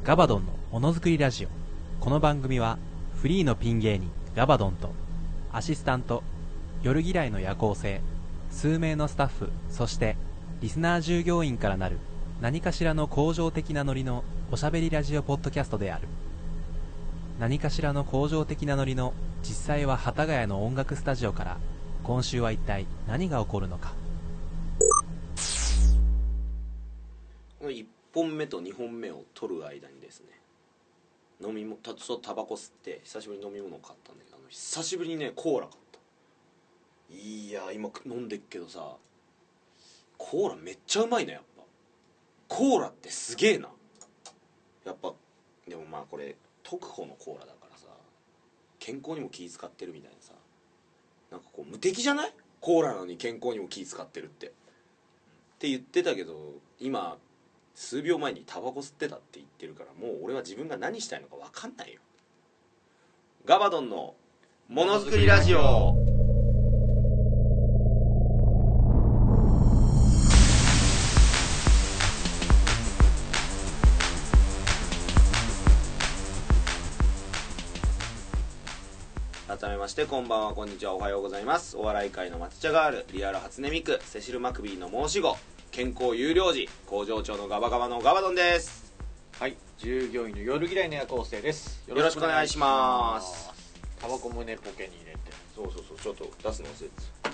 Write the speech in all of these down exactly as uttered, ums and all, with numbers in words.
ガバドンのものづくりラジオ。この番組はフリーのピン芸人ガバドンとアシスタント、夜嫌いの夜行性、数名のスタッフ、そしてリスナー従業員からなる何かしらの向上的なノリのおしゃべりラジオポッドキャストである。何かしらの向上的なノリの実際は幡ヶ谷の音楽スタジオから、今週は一体何が起こるのか。 いっぽんめとにほんめを取る間にですね、飲みもたちょっとタバコ吸って久しぶりに飲み物を買ったんだけど、あの久しぶりにねコーラ買った。いや今飲んでっけどさ、コーラめっちゃうまいな。やっぱコーラってすげえな。やっぱでもまあこれ特保のコーラだからさ、健康にも気使ってるみたいなさ、なんかこう無敵じゃない？コーラなのに健康にも気使ってるってって言ってたけど、今数秒前にタバコ吸ってたって言ってるから、もう俺は自分が何したいのか分かんないよ。ガバドンのものづくりラジオ。改めましてこんばんは、こんにちは、おはようございます。お笑い界の松茶ガール、リアル初音ミク、セシル・マクビーの申し子、健康有料児、工場長のガバガバのガバドンです。 はい、従業員の夜嫌いの夜行性です。 よろしくお願いします。 タバコ胸ポケに入れて。 そうそうそう、ちょっと出すの忘れてたね。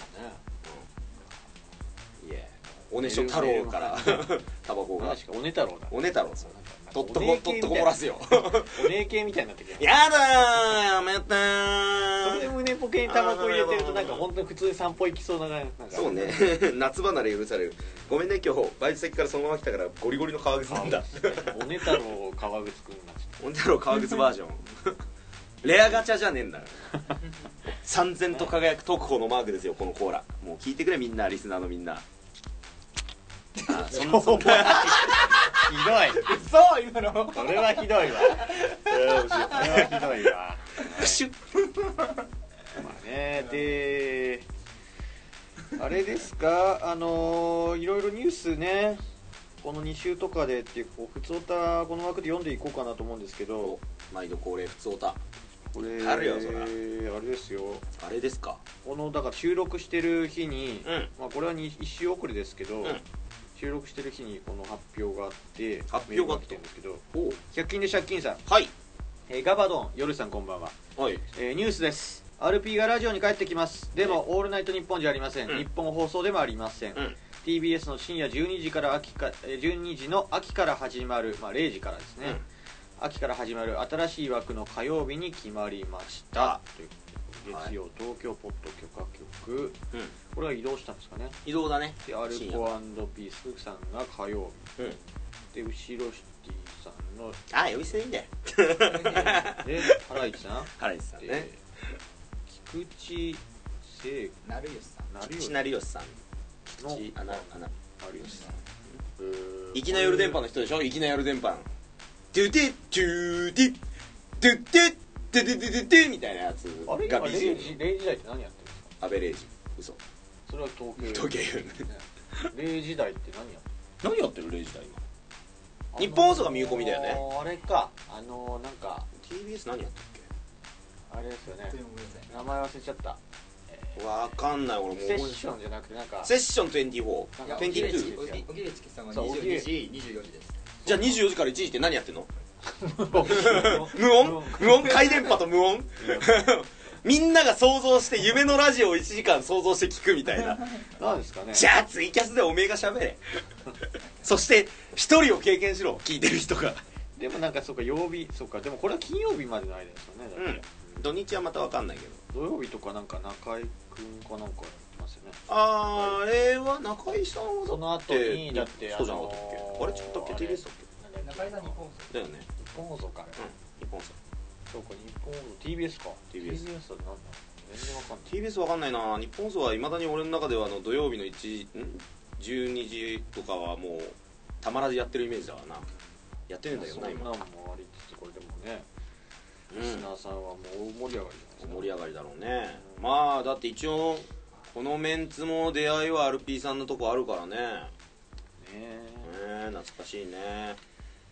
うん、いえ、おねしょ太郎からタバコが。 確かおね太郎だ。 おね太郎ですよ。とっとこ、とっとこ漏らすよ。 おね系みたいになってきた。 やだー、やめたー。 それで胸ポケにタバコ入れてるとなんか本当に普通に散歩行きそうな。なんかそうね。夏離れ許される。ごめんね、今日バイト先からそのまま来たからゴリゴリの革靴なんだ。 おね太郎革靴くんになっちゃった。 おね太郎革靴バージョン。レアガチャじゃねえんだから。三千と輝く特保のマークですよ、このコーラ。もう聞いてくれみんな、リスナーのみんな。あ、そんなそんな。 ひどい。 そう今の。 それはひどいわ。それはひどいわ。 プシュッ。 まあね、で、あれですか、あのー、いろいろニュースね、このに週とかでっていう、こうふつおたこの枠で読んでいこうかなと思うんですけど、 毎度恒例ふつおた。 これあるよそら。 あれですよ。 あれですか。 このだから収録してる日に、 うん、 まあこれはいっ週遅れですけど。 うん、 収録してる日にこの発表があって、 発表が来てるんですけど、 おひゃく均で借金さん、 はい、 えー、ガバドン夜さんこんばんは、 はい、 えー、ニュースです。 アールピー がラジオに帰ってきます。でも、オールナイトニッポンじゃありません、 うん、 日本放送でもありません、うん、ティービーエス の深夜じゅうにじから秋かじゅうにじの秋から始まる、まあ、れいじからですね、うん、秋から始まる新しい枠の火曜日に決まりましたという月曜、はい、東京ポッド許可局、うん、これは移動したんですかね。 移動だね。 でアルコ&ピースさんが火曜日、うん、で後ろシティさんのあ呼び捨てでいいんだよ。 でハライチさんハライチさんね、 菊池聖成吉さん菊池成吉さんの菊池アナアナ成吉さん、 粋な夜電波の人でしょ。粋な夜電波トゥティトゥティトゥティトゥティトゥティトゥみたいなやつが ビージーエム。 あれれいじれいじ台って何やってるんですか。 安倍れいじ。嘘。 それは東京東京れいじ台って何やってる何やってるれいじ台今。日本放送が見込みだよね。 あれか、あのー、なんかティービーエス 何やったっけ。 あれですよね、名前忘れちゃった。 わかんない俺もう。 セッションじゃなくてなんかセッションにじゅうよん、 なんかにじゅうに。 荻上チキさんはにじゅうにじにじゅうよじです。 じゃあにじゅうよじからいちじって何やってんの。無音無音回電波と無音みんなが想像して夢のラジオをいちじかん想像して聞くみたいな。 なんですかね。 じゃあツイキャスでおめえが喋れ。そして一人を経験しろ、聞いてる人が。 でもなんかそうか曜日、そうかでもこれは金曜日までの間ですよね。だって、 うん、土日はまた分かんないけど土曜日とかなんか中井くんかなんかやってますよね。 あー、あれは中井さんはその後にだってそうじゃなかったっけ。あれ違ったっけ。 ティービーエス だっけ。 中井さん日本放送だよね。 日本放送か。 うん、日本放送。 そうか日本放送 ティービーエス か。 ティービーエスティービーエス は何だ。全然わかんない。 ティービーエス わかんないな。日本放送はいまだに俺の中ではあの土曜日のいちじんじゅうにじとかはもうたまらずやってるイメージだわな。やってるんだけどな今。 そんなんもありつつこれでもね、 うん、 リスナーさんはもう大盛り上がりじゃないですか。 盛り上がりだろうね、うん、まあだって一応このメンツも出会いは アールピー さんのとこあるからね。ねえ懐かしいね。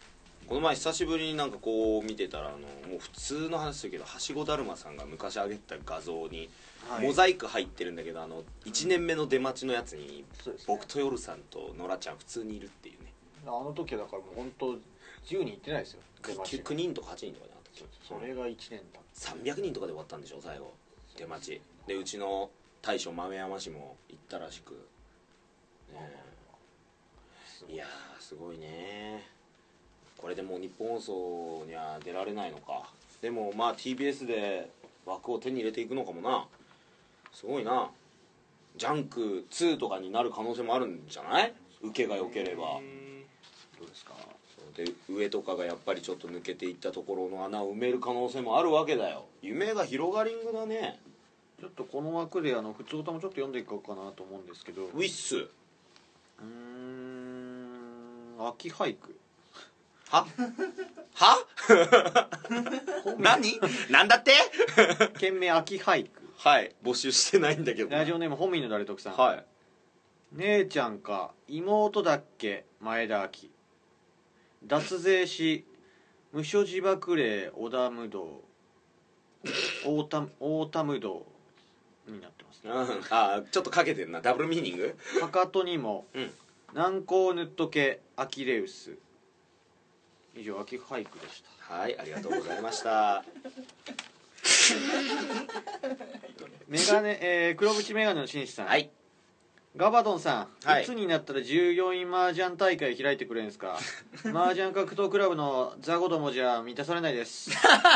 この前久しぶりになんかこう見てたらあのもう普通の話するけどはしごだるまさんが昔上げてた画像にはいモザイク入ってるんだけど、あのいちねんめの出待ちのやつにそうですね僕と夜さんとノラちゃん普通にいるっていうね。 あの時はだからもう本当じゅうにんいってないですよ出待ちきゅうにんとかはちにんとかじゃなかったっけ。 それがいちねんださんびゃくにんとかで終わったんでしょ最後出待ちで。うちの大将豆山氏も行ったらしく、ねえ、いやーすごいね。これでもう日本放送には出られないのか。でもまあ ティービーエス で枠を手に入れていくのかもな。すごいな。ジャンクツーとかになる可能性もあるんじゃない、受けが良ければ。 どうですか。 で上とかがやっぱりちょっと抜けていったところの穴を埋める可能性もあるわけだよ。夢が広がりんぐだね。 ちょっとこの枠であの普通歌もちょっと読んでいこうかなと思うんですけど、 ウィッスうーん秋俳句はは何なんだって件名秋俳句。 はい募集してないんだけど。 ラジオネーム本民の誰得さん。 はい姉ちゃんか妹だっけ前田亜紀、脱税し無所持縛霊織田無道太田太田無道になってますね。 うんあちょっとかけてんな。ダブルミーニング。 かかとにもうん軟膏塗っとけアキレウス。以上秋俳句でした。 はいありがとうございましたメガネ、えー、黒縁メガネの紳士さん、 はいガバドンさん、 はいいつになったら従業員麻雀大会開いてくれるんですか。麻雀格闘クラブのザコどもじゃ満たされないです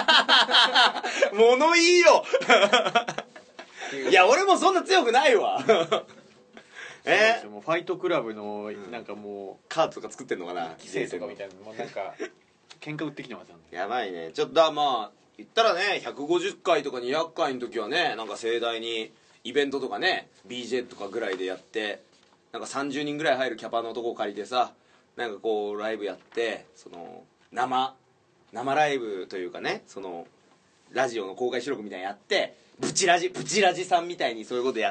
物言いよいや俺もそんな強くないわえもうファイトクラブのなんかもカードとか作ってんのかうな。 規制とかみたいなもうなんか喧嘩売ってきてますよね。 やばいね。ちょっとだまあ言ったらねひゃくごじゅっかいとかにひゃっかいの時はねなんか盛大にイベントとかね ビージェー とかぐらいでやって、なんかさんじゅうにんぐらい入るキャパのとこ借りてさ、なんかこうライブやって、その生生ライブというかね、そのラジオの公開収録みたいにやって、ブチラジブチラジさんみたいにそういうことやって、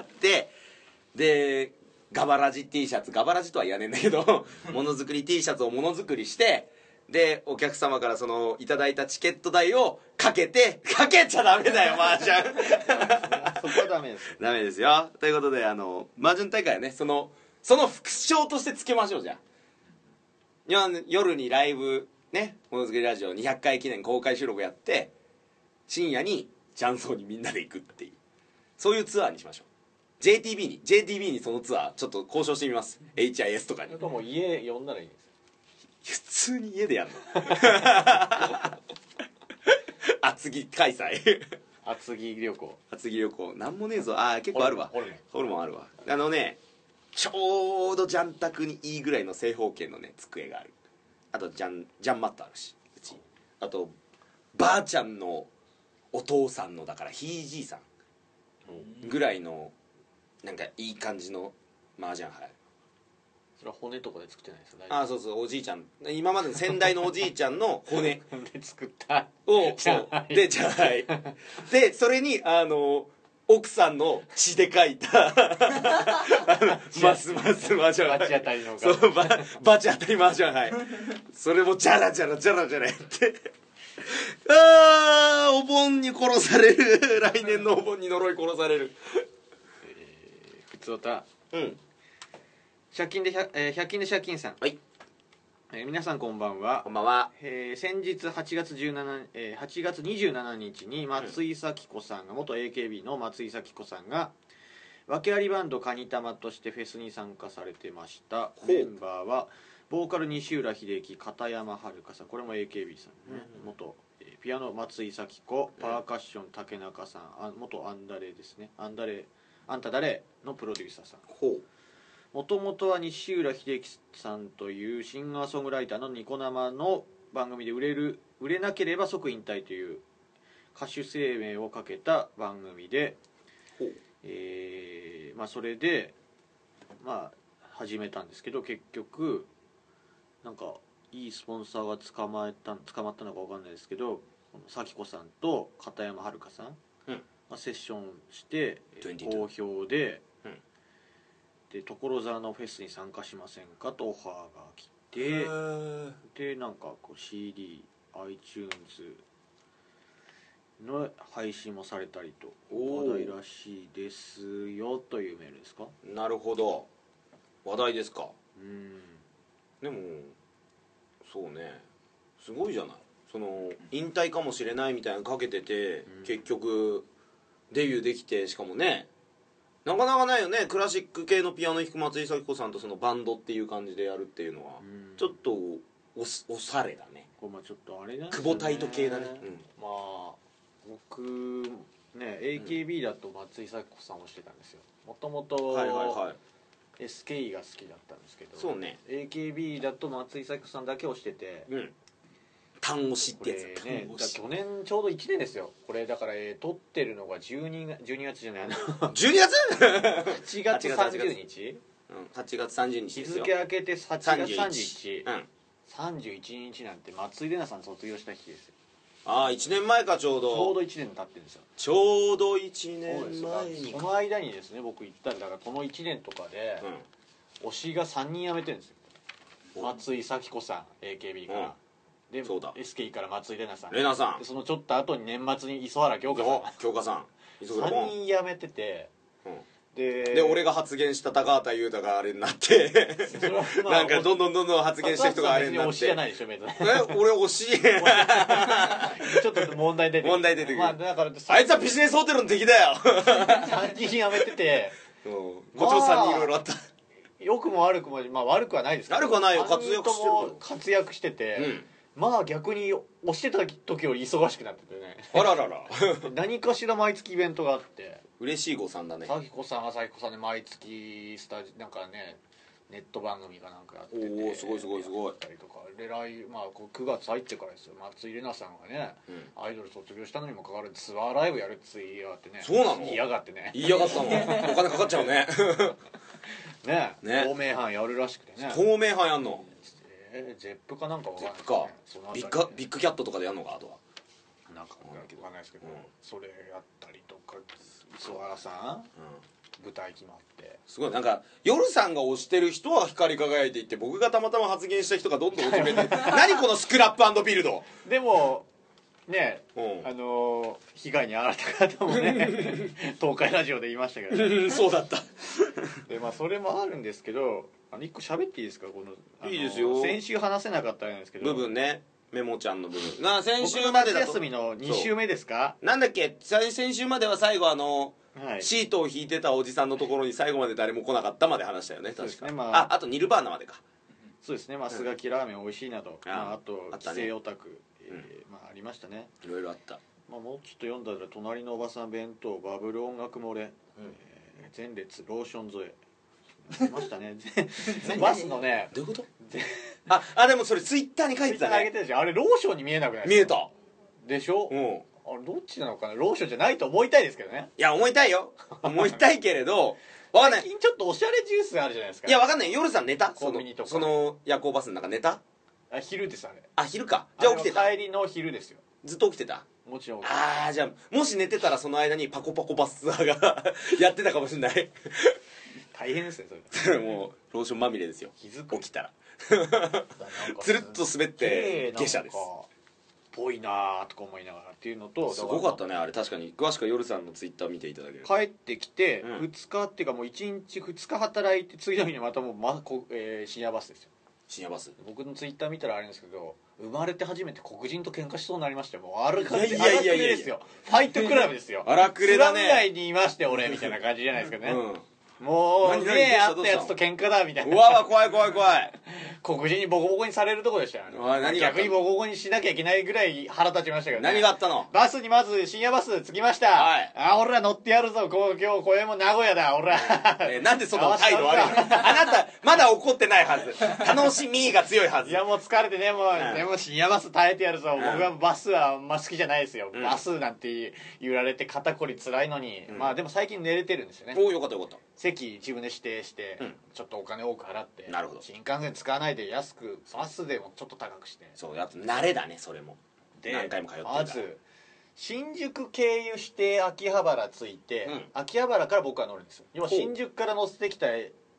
でガバラジ T シャツ、ガバラジとは言わねえんだけどものづくり T シャツをものづくりして、でお客様からそのいただいたチケット代をかけて、かけちゃダメだよ麻雀そこはダメです。 ダメですよ。ということであの麻雀大会はねそのその副賞としてつけましょう。じゃあいや夜にライブねものづくりラジオにひゃっかい記念公開収録やって、深夜に雀荘にみんなで行くっていう、そういうツアーにしましょう。 ジェイティービー に ジェイティービー にそのツアーちょっと交渉してみます。 エイチアイエス とかに。 あともう家呼んだらいいんですよ。 普通に家でやんの厚木開催厚木旅行厚木旅行なんもねえぞ。ああ結構あるわ。 ホルモンホルモンあるわ。あのねちょうどジャン卓にいいぐらいの正方形のね机がある。あとジャンジャンマットあるし、うちあとばあちゃんのお父さんのだからひいじいさんぐらいのなんかいい感じの麻雀牌。 それは骨とかで作ってないですよ。 ああそうそうおじいちゃん、今までの先代のおじいちゃんの骨で作ったをじゃあそうでじゃはいでそれにあの奥さんの血で描いたあのますます麻雀バチ当たりのそうババチ当たり麻雀はいそれもジャラジャラジャラジャラやってあーお盆に殺される来年のお盆に呪い殺される。 普通だ。 うん借金でひゃ、えー、ひゃく均で借金さん、 はいえー皆さんこんばんはこんばんは。 えー先日はちがつじゅうしち、えーはちがつにじゅうしちにちに松井咲子さんが、元 エーケービー の松井咲子さんが訳ありバンドカニタマとしてフェスに参加されてました。 ほうメンバーはボーカル西浦秀樹、片山遥さん、これも エーケービー さんね、 うん元、えーピアノ松井咲子、パーカッション竹中さん、あ元アンダレですね、アンダレあんた誰のプロデューサーさん。 ほもともとは西浦秀樹さんというシンガーソングライターのニコ生の番組で売れる売れなければ即引退という歌手生命をかけた番組で、 うほうえーまあ、それで、まあ、始めたんですけど、結局なんかいいスポンサーが捕まえた捕まったのか分かんないですけど、この咲子さんと片山遥さんうんがセッションしてにじゅうに好評で、 うんで所沢のフェスに参加しませんかとオファーが来でーでなんかこう シーディー、iTunes の配信もされたりとおー話題らしいですよというメールですか。 なるほど、話題ですか。 うんでもそうね、すごいじゃない。その引退かもしれないみたいなのかけてて、 うん結局デビューできて、しかもね、なかなかないよね、クラシック系のピアノ弾く松井咲子さんとそのバンドっていう感じでやるっていうのは、 うんちょっとおしおしゃれだね。 これまあちょっとあれなんです久保タイト系だね、 まあ僕ね エーケービー だと松井咲子さんをしてたんですよ。もともうん、 とはいはいはい。 エスケーイー が好きだったんですけど、 そうね、 エーケービー だと松井咲子さんだけをしてて、 うん単押しっこてやつ、 れね単押しだ去年ちょうどいちねんですよこれだから、えー撮ってるのがじゅうにがつじゅうにがつじゃないあのじゅうにがつはちがつさんじゅうにちうん、はちがつさんじゅうにち日ですよ。 付明けてはちがつさんじゅういちさんじゅういち、うん、 さんじゅういちにちなんて松井玲奈さん卒業した日ですよ。 ああいちねんまえか、ちょうどちょうどいちねん経ってるんですよ。 ちょうどいちそうねんですよ前にか。 その間にですね僕行ったんだからこのいちねんとかで推しがさんにん辞めてるんですよ。 お松井咲子さん エーケービー から、でそうだエスケーイー から松井玲奈さんレナさんでそのちょっと後に年末に磯原京香おさ京香さんん磯倉ポンさんにん辞めててうんでで俺が発言した高畑裕太があれになってそれはまあなんかどんどんどんどん発言した人があれになって高橋さん別に推しじゃないでしょ別にえ俺推しちょっと問題出てくる問題出てくるまあだからあいつはビジネスホテルの敵だよさんにん辞めててうんこっちもさんにんいろいろあった良くも悪くもまあ悪くはないですけど悪くはないよさんにんとも活躍してるから活躍してて、 うんまあ逆に推してた時より忙しくなっててねあららら何かしら毎月イベントがあって嬉しい誤算だね咲子さんは咲子さんで毎月スタジなんかねネット番組かなんかやってておおすごいすごいすごいやったりとかで来、まあ、こうくがつ入ってからですよ松井玲奈さんがね、 うんアイドル卒業したのにもかかわらずツアーライブやるって言いやがってねそうなの言いやがってね言いやがったのお金かかっちゃうねねね透明版やるらしくてね透明版やんのえー、ゼップかなんかわかんないですかそのあたりねビッグビッグキャットとかでやんのかあとはなんかわかんないですけど、 うんそれやったりとか磯原さんうん舞台決まってすごいなんか夜さんが推してる人は光り輝いていって僕がたまたま発言した人がどんどん落ちめて何このスクラップビルドでもねうんあのー被害に遭われた方もね東海ラジオで言いましたけど、 うんそうだったでまあそれもあるんですけどあの一個喋っていいですかこの、あのーいいですよ先週話せなかったんですけど部分ねメモちゃんの部分な先僕の夏週までだと休みのに週目ですかなんだっけ先先週までは最後あのはいシートを引いてたおじさんのところに最後まで誰も来なかったまで話したよねそうです確かねまあああとニルバーナまでかそうですねまあスガキラーメン美味しいなど、 あまあ、あとあったね帰省オタク、えーまあ、ありましたね、 いろいろあったまあ、もうちょっと読んだら隣のおばさん弁当バブル音楽漏れ、えー前列ローション添えありましたねバスのねどういうことぜああでもそれツイッターに書いてたあげねてるじゃんあれローションに見えなくないですか見えたでしょ、 うんあれどっちなのかなローションじゃないと思いたいですけどねいや思いたいよ思いたいけれどわかんない最近ちょっとおしゃれジュースあるじゃないですかいやわかんない夜さん寝たコンビニとかそのその夜行バスの中寝たあ昼ですあれあ昼かじゃあ起きてたあれは帰りの昼ですよずっと起きてたもちろんああじゃあもし寝てたらその間にパコパコバスツアーがやってたかもしれない大変ですねそれもうローションまみれですよ気づく起きたらなんかつるっと滑って下車ですなんかぽいなーとか思いながらっていうのとすごかったねあれ確かに詳しくは夜さんのツイッター見ていただける帰ってきてうんふつかっていうかもういちにちふつか働いて次の日にまたもう、まこえー深夜バスですよ深夜バス僕のツイッター見たらあれなんですけど生まれて初めて黒人と喧嘩しそうになりましたよもうある感じいやいやいやいや荒くれですよファイトクラブですよ荒くれだねスラム街にいまして俺みたいな感じじゃないですかね、 うんもう何何ねえどうしたあったやつと喧嘩だみたいうなわわ怖い怖い怖い黒人にボコボコにされるとこでしたよねおい何があったの逆にボコボコにしなきゃいけないぐらい腹立ちましたけどね何があったのバスにまず深夜バス着きました、 はいあ俺ら乗ってやるぞこう今日これも名古屋だ俺らえーなんでその態度悪いのあなたまだ怒ってないはず楽しみが強いはずいやもう疲れてねもう、 うんでも深夜バス耐えてやるぞ、 ん僕はバスはあんま好きじゃないですよ、 うんバスなんて言われて肩こり辛いのに、 うんまあでも最近寝れてるんですよねおおよかったよかった席自分で指定して、 うんちょっとお金多く払ってなるほど新幹線使わないで安くバスでもちょっと高くしてそうやっぱ慣れだねそれもで何回も通ってるからまず新宿経由して秋葉原着いて、 うん秋葉原から僕は乗るんですよ要はほう新宿から乗せてきた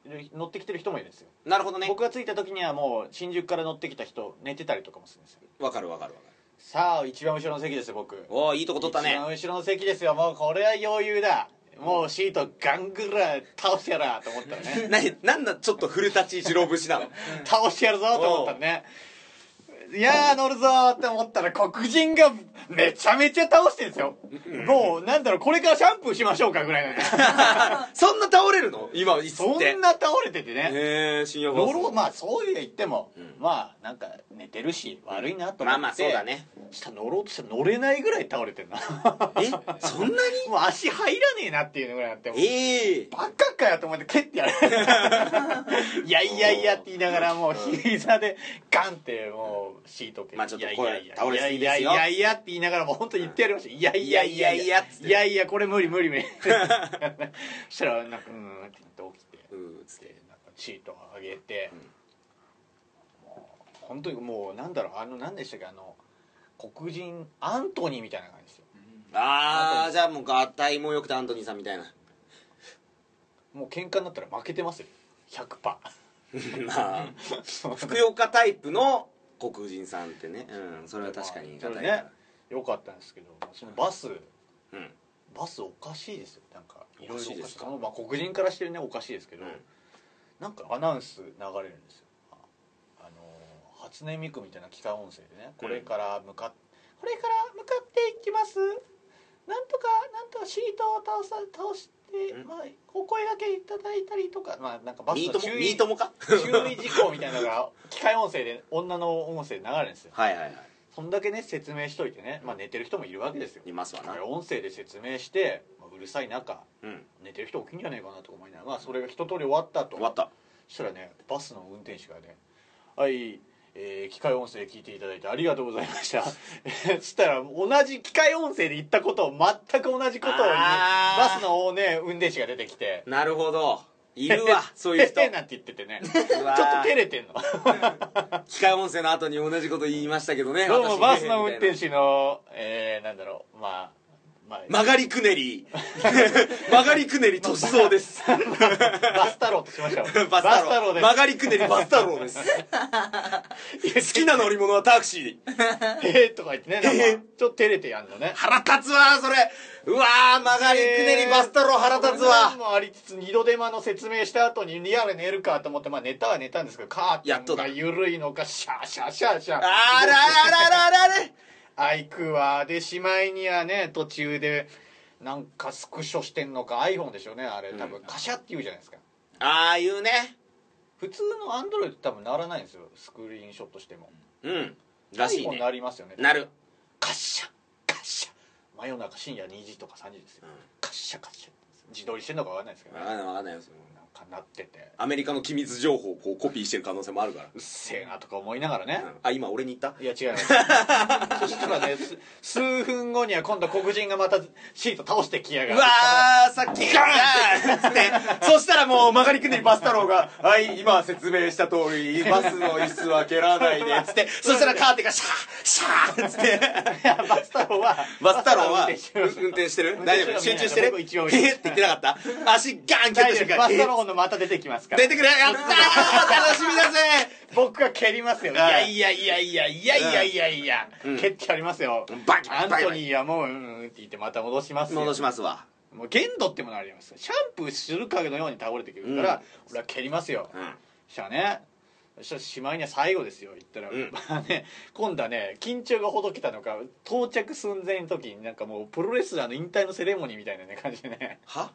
乗ってきてる人もいるんですよ。 なるほどね。 僕が着いた時にはもう新宿から乗ってきた人寝てたりとかもするんですよ。 わかるわかるわかる。 さあ一番後ろの席ですよ僕。 おお、いいとこ取ったね。 一番後ろの席ですよ。もうこれは余裕だ。もうシートガングラ倒してやらと思ったらねなになんだちょっと古舘一郎節なの倒してやるぞと思ったらね、いやー乗るぞーって思ったら黒人がめちゃめちゃ倒してるんですよ。もうなんだろう、これからシャンプーしましょうかぐらいなんでそんな倒れるの今椅子そって。 んな倒れててね。 へえ、深夜放送。 乗ろう、まあそういう言っても、 うんまあなんか寝てるし悪いなと思って、 まあまあそうだね。 したら乗ろうとしたら乗れないぐらい倒れてんなえ、そんなにもう足入らねえなっていうのぐらいあって、 ええバカかよと思って蹴ってやるいやいやいやって言いながらもう膝でガンってもうシート蹴って、 まあちょっといやこれいやいや倒れすぎですよいやいやいやって言いながらもう本当に言ってやりました。いやいやいやいやいやいやいやっつっていやいやこれ無理無理無理そしたらなんかうーんって言って起きて、 うーつってなんかシートを上げて、もう本当にもうなんだろう、あの何でしたっけ、あの黒人アントニーみたいな感じですよ。 ああ、じゃあもう合体もよくてアントニーさんみたいな。 もう喧嘩になったら負けてますよ ひゃくパーセントまあふくよかタイプの黒人さんってね、うん、それは確かにそれ合体だねよかったんですけど、そのバスうんバスおかしいですよ。なんかいろいろおかしいおかしいですかそのまあ黒人からしてねおかしいですけど、 うんなんかアナウンス流れるんですよ。ああのー初音ミクみたいな機械音声でね、これから向かっこれから向かっていきますなんとかなんとかシートを倒さ倒して、 うんまあ、お声掛けいただいたりとか、まあ、なんかバスミートもの注意ミートもか注意事項みたいなのが機械音声で女の音声で流れるんですよ。 はいはいはい、 そんだけね説明しといてね、まあ、寝てる人もいるわけですよ。 いますわな。 音声で説明して、まあ、うるさい中うん、 寝てる人起きんじゃねえかなとか思いながら、まあ、それが一通り終わった後終わった。 そしたらねバスの運転手がね「はい、えー機械音声聞いていただいてありがとうございました」そしたら同じ機械音声で言ったことを全く同じことを、ね、 あーバスの、ね、運転手が出てきてなるほど、いるわそういう人。 なんて言っててねちょっとうわー照れてんの機械音声の後に同じこと言いましたけどね。 どうも私バスの運みたいな転手の、えー、なんだろうまあまあ曲がりくねり曲がりくねり歳三ですバス太郎としましょうバス太郎です曲がりくねりバス太郎です好きな乗り物はタクシー。 へえとか言ってねなんかへへちょっと照れてやんのね腹立つわそれ。うわー曲がりくねりバス太郎腹立つそんなわの。もありつつ二度手間の説明した後にリアル寝るかと思って、まあ寝たは寝たんですけどカーテやっとだンが緩いのかシャーシャーシャーシャーあらあらあらあらあらアイクはでしまいにはね途中でなんかスクショしてんのか iPhone でしょうねあれ多分カシャって言うじゃないですか。 ああいうね。 普通のアンドロイドって多分ならないんですよスクリーンショットしても。 うんらしい iPhone ね。 なりますよね。 なる。 カッシャカッシャ真夜中深夜にじとかさんじですよ、 うんカッシャカッシャ自撮りしてんのか分かんないですけどね分かんない分かんないですよ。 なんかなっててアメリカの機密情報をこうコピーしてる可能性もあるから。 うっせえなとか思いながらね、 うんあ今俺に言った。 いや違いますそしたらねす数分後には今度黒人がまたシート倒してきやがる。 うわーさっきガーンっつってそしたらもう曲がりくねりバス太郎が「はい今説明した通りバスの椅子は蹴らないで」っつってそしたらカーテンがシャーシャーっつっていやバス太郎はバス太郎は運転してる運転してる運大転してる丈夫集中してる僕一応へへって言ってなかった足ガーン蹴った大丈瞬間夫バス太郎へへのまた出てきますから出てくれやったー楽しみだぜ僕が蹴りますよ。いやいやいやいやいやいやいやいや、 うん蹴ってやりますよ。 バキアンバキトニーはもううんうんって言ってまた戻しますよ。 戻しますわもう限度ってものあります。シャンプーするかのように倒れてくるから、 うん俺は蹴りますよ。 うんそしたらね、そしたらしまいには最後ですよ言ったら、 うんまあね、今度はね緊張がほどけたのか到着寸前の時になんかもうプロレスラーの引退のセレモニーみたいな、ね、感じでねは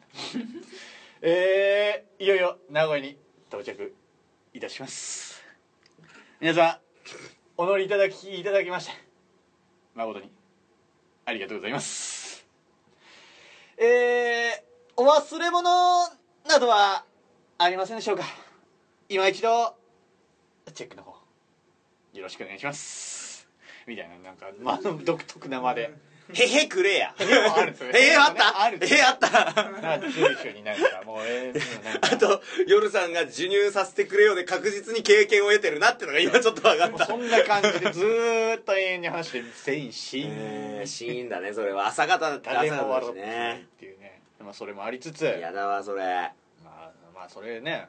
えー、いよいよ名古屋に到着いたします。皆さんお乗りいただきいただきまして誠にありがとうございます。えー、お忘れ物などはありませんでしょうか。今一度チェックの方よろしくお願いしますみたいな、なんか、まあ、独特な間でへへくれやへへもあるんですよへへあったあるんですよへへあったなんか随所になんかもうえー、なんかあと夜さんが授乳させてくれよで確実に経験を得てるなってのが今ちょっと分かったもうそんな感じでずーっと永遠に話して全員シーン、 えー、シーンだねそれは朝方だって誰朝方だしも笑ってないっねていうね、まあ、それもありつつやだわそれまあ、まあそれね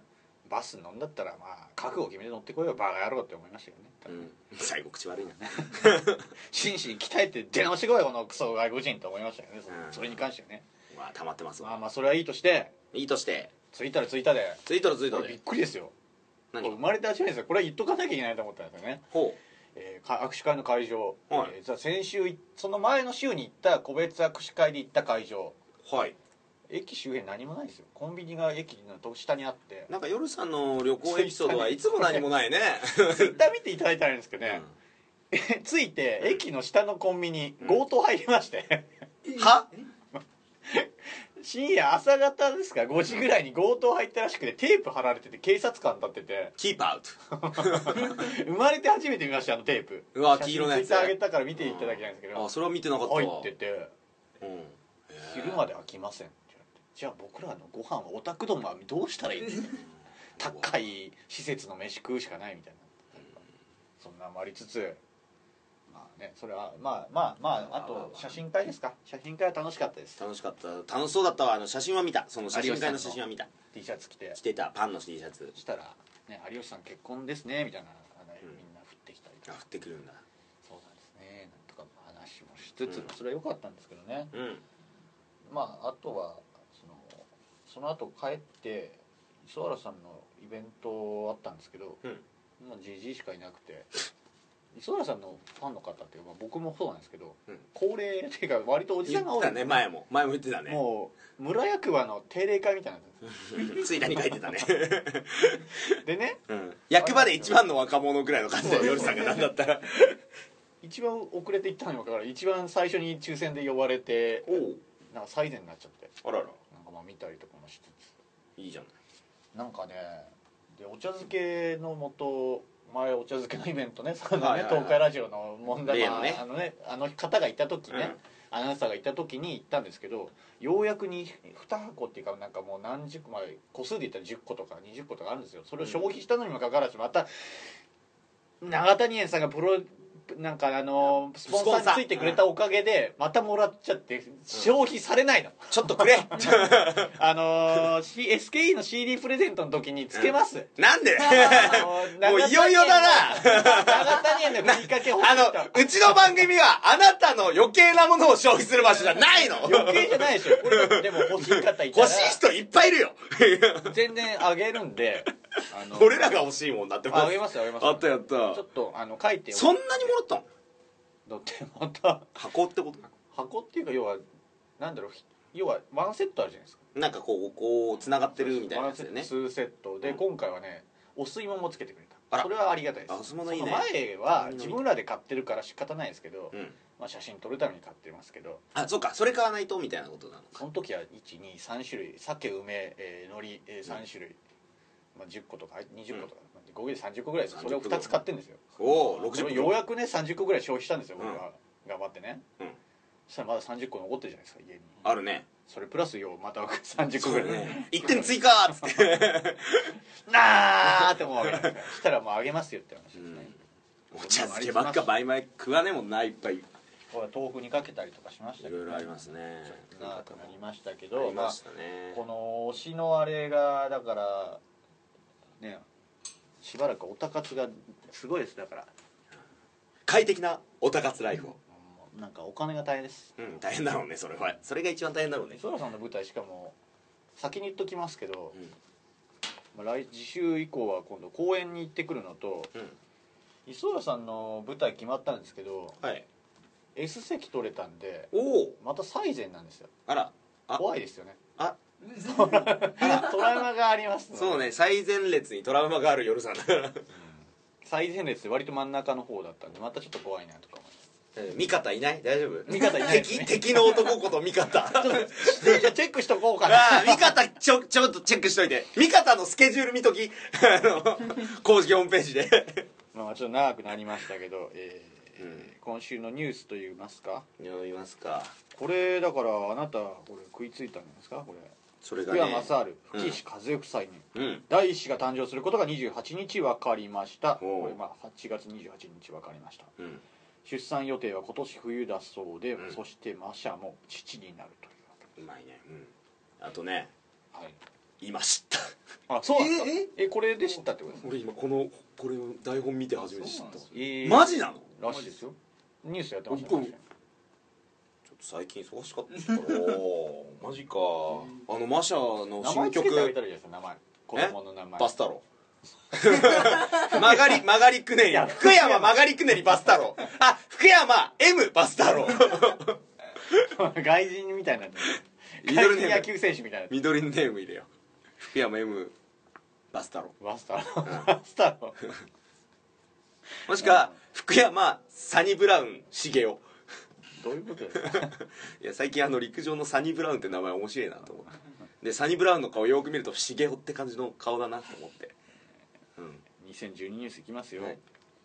バス乗んだったらまあ覚悟決めて乗ってこいよバカ野郎って思いましたよね、 うん、最後口悪いな真摯に鍛えて出直してこいよこのクソ外国人と思いましたよね、 うん、 それに関してはね。 まあ溜まってますわ。 まあまあそれはいいとして、 いいとしてツイッターでツイッターでツイートのツイートでびっくりですよ。 何生まれて初めてですよ。これは言っとかなきゃいけないと思ったんですよね。 ほえーか握手会の会場、 はいえー実は先週いその前の週に行った個別握手会で行った会場、 う。はい。 駅周辺何もないですよ。コンビニが駅の下にあってなんか夜さんの旅行エピソードはいつも何もないねツイッター見ていただいたらいいんですけどね、着いて駅の下のコンビニ強盗入りまして、 うん、は深夜朝方ですかごじぐらいに強盗入ったらしくてテープ貼られてて警察官立っててキープアウト生まれて初めて見ましたあのテープ。 うわ黄色のやつ写真ツイッター上げたから見ていただきたいんですけど、 あそれは見てなかったわ入っててうん昼まで飽きませんって言われて、じゃあ僕らのご飯はオタクどもはどうしたらいいんですか高い施設の飯食うしかないみたいな、そんなもありつつ、まあねそれはまあまあまああと写真会ですか。写真会は楽しかったです。 楽しかった楽しそうだったわ。あの写真は見た。その写真会の写真は見た。 T シャツ着て着てたパンの T シャツしたら、ね、有吉さん結婚ですねみたいな、あのうんみんな降ってきたりとか、 あ降ってくるんだ。 そうなんですねなんとか話もしつつ、 うんそれは良かったんですけどね。 うんまああとはそのその後帰って磯原さんのイベントあったんですけど、 うんもうジジイしかいなくて、磯原さんのファンの方っていうか、まあ、僕もそうなんですけど、 うん高齢っていうか割とおじさんが多い言ってたね。前も前も言ってたね。 もう村役場の定例会みたいなやツイッターに書いてたねつでね、 うん役場で一番の若者ぐらいの感じで夜さんがなんだったら一番遅れて行ったのにもかかわらず一番最初に抽選で呼ばれておうなんか最前になっちゃって、 あららなんかまあ見たりとかもしついいじゃん。 つ、なんかねでお茶漬けの元前お茶漬けのイベントね、そのね、 はいはいはい東海ラジオの問題、 例のねまああのねあの方がいた時ね、 うんアナウンサーがいた時に行ったんですけど、ようやくにに箱っていうかなんかもう何十個、まあ、個数で言ったらじゅっことかにじゅっことかあるんですよ。それを消費したのにもかかわらずまた永谷園さんがプロなんかあのスポンサーについてくれたおかげでまたもらっちゃって消費されないの、 ちょっとくれあのー、C- エスケーイー の シーディー プレゼントの時につけます、 なんであのもういよいよだな長谷園でふりかけ欲しいあのうちの番組はあなたの余計なものを消費する場所じゃないの。 余計じゃないでしょこれ。でも欲しい方いたら欲しい人いっぱいいるよ全然あげるんで、あの俺らが欲しいもんだってあげますよあげますよ。 あったやったちょっとあの書いてよそんなにもらったの。 だってまた箱ってこと箱っていうか要はなんだろう要はワンセットあるじゃないですか。 なんかこうこうつながってるみたいなやつだよね。 ワンセットツーセットで、 うん今回はねお吸い物もつけてくれた。 あらそれはありがたいです。 あお吸い物いいねその前は自分らで買ってるから仕方ないですけど、 うんまあ、写真撮るために買ってますけど、 あそうかそれ買わないとみたいなことなのか。 その時はいちにさん種類鮭梅、えー、海苔、えー、さん種類、まあ、じゅっことかにじゅっことか、うん、合計でさんじゅっこぐらいです。それをふたつ買ってるんですよ。 おおろくじゅっこそれようやくねさんじゅっこぐらい消費したんですよ僕うんは、頑張ってね、 うんそしたらまださんじゅっこ残ってるじゃないですか家に。 あるね。 それプラスよまたさんじゅっこぐらいねいってん追加ーっつってなーって思うわけですからそしたらもうあげますよって話ですね、 お茶漬けばっか倍々食わねえもんないっぱいいこれ豆腐にかけたりとかしましたけど、 ろいろありますね。 ちょっと長くなりましたけあど、 りましたねまあ、この推しのあれがだからねしばらくオタ活がすごいです。だから快適なオタ活ライフを。 もうなんかお金が大変です。 うん大変だろうねそれは。それが一番大変だろうね。 磯原さんの舞台しかも先に言っときますけど、 うんまあ、来次週以降は今度公演に行ってくるのと、 うん磯原さんの舞台決まったんですけどはい。 S 席取れたんでおおまた最前なんですよ。 あらあ怖いですよね。 あトラウマがありますのでそうね最前列にトラウマがある夜さんだから最前列で割と真ん中の方だったんでまたちょっと怖いなとか思います。 味方いない大丈夫味方いないですね敵敵の男こと味方ちょっとじゃあチェックしとこうかな。 ああ味方ちょちょっとチェックしといて。味方のスケジュール見ときあの公式ホームページでまあちょっと長くなりましたけど、えーうん今週のニュースといいますか、 読みますか。 これだからあなたこれ食いついたんじゃないですか。これそれが福山ね雅治吹石和恵夫妻にうん第一子が誕生することがにじゅうはちにち分かりました。 おうこれまあはちがつにじゅうはちにち分かりました。 うん出産予定は今年冬だそうで、 うんそしてマシャも父になるというわけうまいねうんあとねで、はい、 今知ったあ、そうなんですか。ええこれで知ったってことですか。 俺今このこれを台本見て初めて知ったえーマジなのらしいですよ。ニュースやってました僕ね。 ちょっと最近忙しかったからおーマジかあのマシャの名前新曲つけてあげたらいいじゃないですか、名前。子供の名前。 バス太郎曲がり曲がりくねり福山曲がりくねりバス太郎あ福山 M バス太郎外人みたいになってる。 ミドルネーム外人野球選手みたいな。 ミドルネーム入れよ福山 M バス太郎バスタロー。バスタロー。 もしくは福山サニブラウン茂雄どういうことですか。 いや最近あの陸上のサニブラウンって名前面白いなと思ってでサニブラウンの顔よく見ると茂雄って感じの顔だなと思って、うん、 にせんじゅうにニュースいきますよ。 はい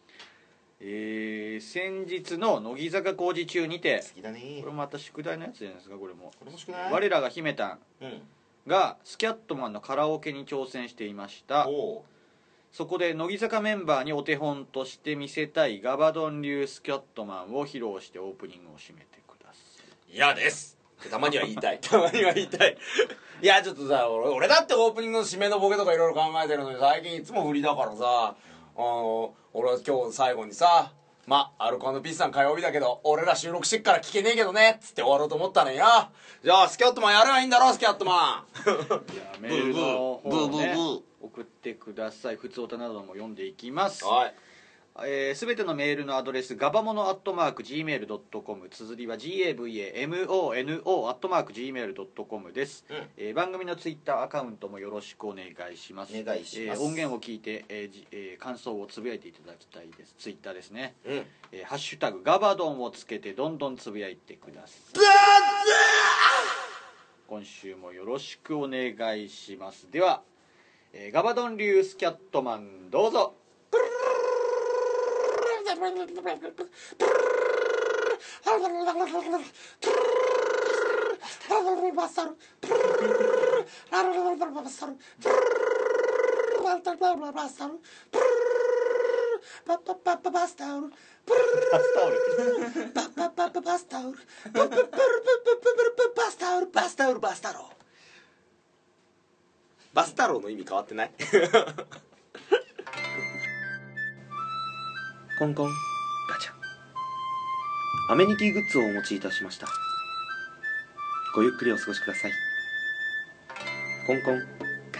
えー、先日の乃木坂工事中にて、 好きだねこれまた宿題のやつじゃないですか。これもこれもしくない我らが姫たんうんがスキャットマンのカラオケに挑戦していました。 おうそこで乃木坂メンバーにお手本として見せたいガバドン流スキャットマンを披露してオープニングを締めてください。 嫌ですたまには言いたいたまには言いたいいやちょっとさ俺俺だってオープニングの締めのボケとかいろいろ考えてるのに最近いつも振りだからさあの俺は今日最後にさまアルコ&ピースさん火曜日だけど俺ら収録してっから聞けねえけどねっつって終わろうと思ったのになじゃあスキャットマンやればいいんだろスキャットマンいやメールの方をねブーブーブーブー送ってください。ふつおたなども読んでいきます。 はいえー、全てのメールのアドレスガバモノアットマーク ジーメールドットコム 綴りは ジーエーブイエーエムオーエヌオー アットマーク ジーメールドットコム です、 うんえー番組のツイッターアカウントもよろしくお願いします。 お願いしますえー音源を聞いて、えーじえー感想をつぶやいていただきたいです。ツイッターですね、 うんえーハッシュタグガバドンをつけてどんどんつぶやいてください。今週もよろしくお願いします。では、えーガバドン流スキャットマンどうぞ。 バスタルバスタルバスタルパパパパバスタオルバスタオルパパパパバスタオルパパパパパバスタオルバスタオルバスタローバスタローの意味変わってないコンコンガチャアメニティグッズをお持ちいたしました。ごゆっくりお過ごしください。コンコンガチャ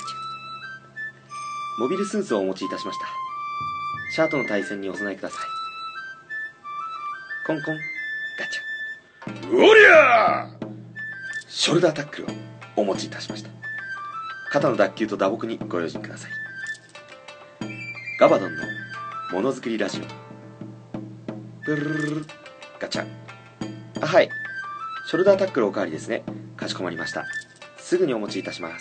モビルスーツをお持ちいたしました。シャートの対戦にお備えください。コンコンガチャおりゃーショルダータックルをお持ちいたしました。肩の脱臼と打撲にご用心ください。ガバドンのものづくりラジオブルルルルガチャあはいショルダータックルおかわりですね。かしこまりました。すぐにお持ちいたします。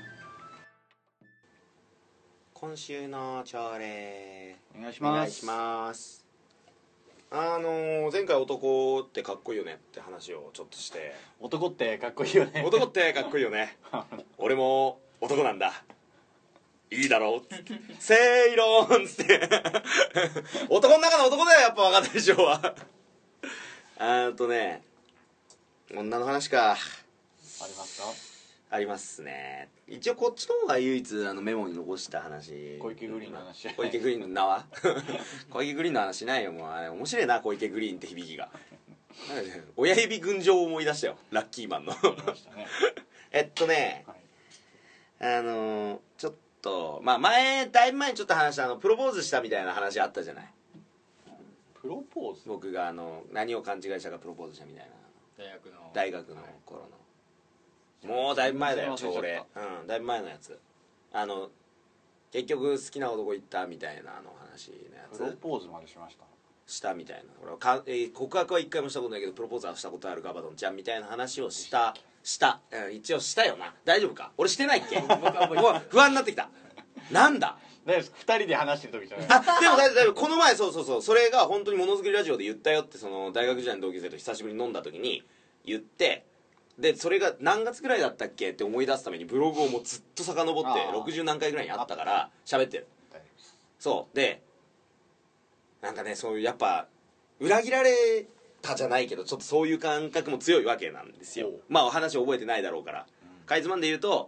今週の朝礼お願いします。 お願いしますあのー、前回男ってかっこいいよねって話をちょっとして男ってかっこいいよね。 男ってかっこいいよね俺も男なんだいいだろう正論っつって男の中の男だよやっぱ分かったでしょうはあとね女の話かありますか。 ありますね。一応こっちの方が唯一あのメモに残した話小池グリーンの話小池グリーンの名は小池グリーンの話ないよもうあれ面白いな小池グリーンって響きがなんかね親指群青を思い出したよラッキーマンのありましたねえっとねはいあのー、ちょっとまあ前だいぶ前にちょっと話したあのプロポーズしたみたいな話あったじゃない。 プロポーズ。 僕があの何を勘違いしたかプロポーズしたみたいな大学の大学の頃の、もうだいぶ前だよ忘れちゃった朝礼うんだいぶ前のやつあの結局好きな男行ったみたいなあの話プロのやつポーズまでしました。 したみたいな俺はか、えー告白は一回もしたことないけどプロポーズはしたことあるガバドンちゃんみたいな話をしたした、うん、一応したよな。大丈夫か俺してないっけもう不安になってきたなんだ大丈夫です。二人で話してる時じゃない。 あでも大丈夫大丈夫この前そうそうそうそれが本当にものづくりラジオで言ったよってその大学時代の同級生と久しぶりに飲んだ時に言ってでそれが何月ぐらいだったっけって思い出すためにブログをもうずっと遡ってあーろくじゅう何回ぐらいにあったから喋ってる。 大丈夫です。 そうでなんかねそういうやっぱ裏切られたじゃないけどちょっとそういう感覚も強いわけなんですよ。まあお話覚えてないだろうから、かいつまんで言うと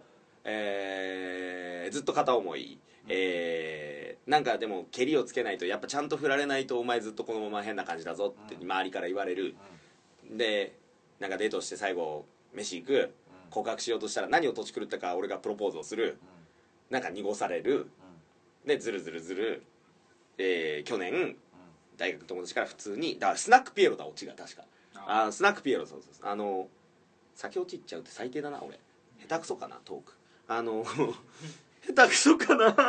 えーずっと片思い、えーなんかでも蹴りをつけないとやっぱちゃんと振られないとお前ずっとこのまま変な感じだぞって周りから言われる、でなんかデートして最後飯行く、告白しようとしたら何をとち狂ったか俺がプロポーズをする、なんか濁される、でずるずるずる、えー去年大学の友達から普通にだからスナックピエロだオチが確かあスナックピエロそうそうそうあの先落ちっちゃうって最低だな俺下手くそかなトークあの下手くそかなも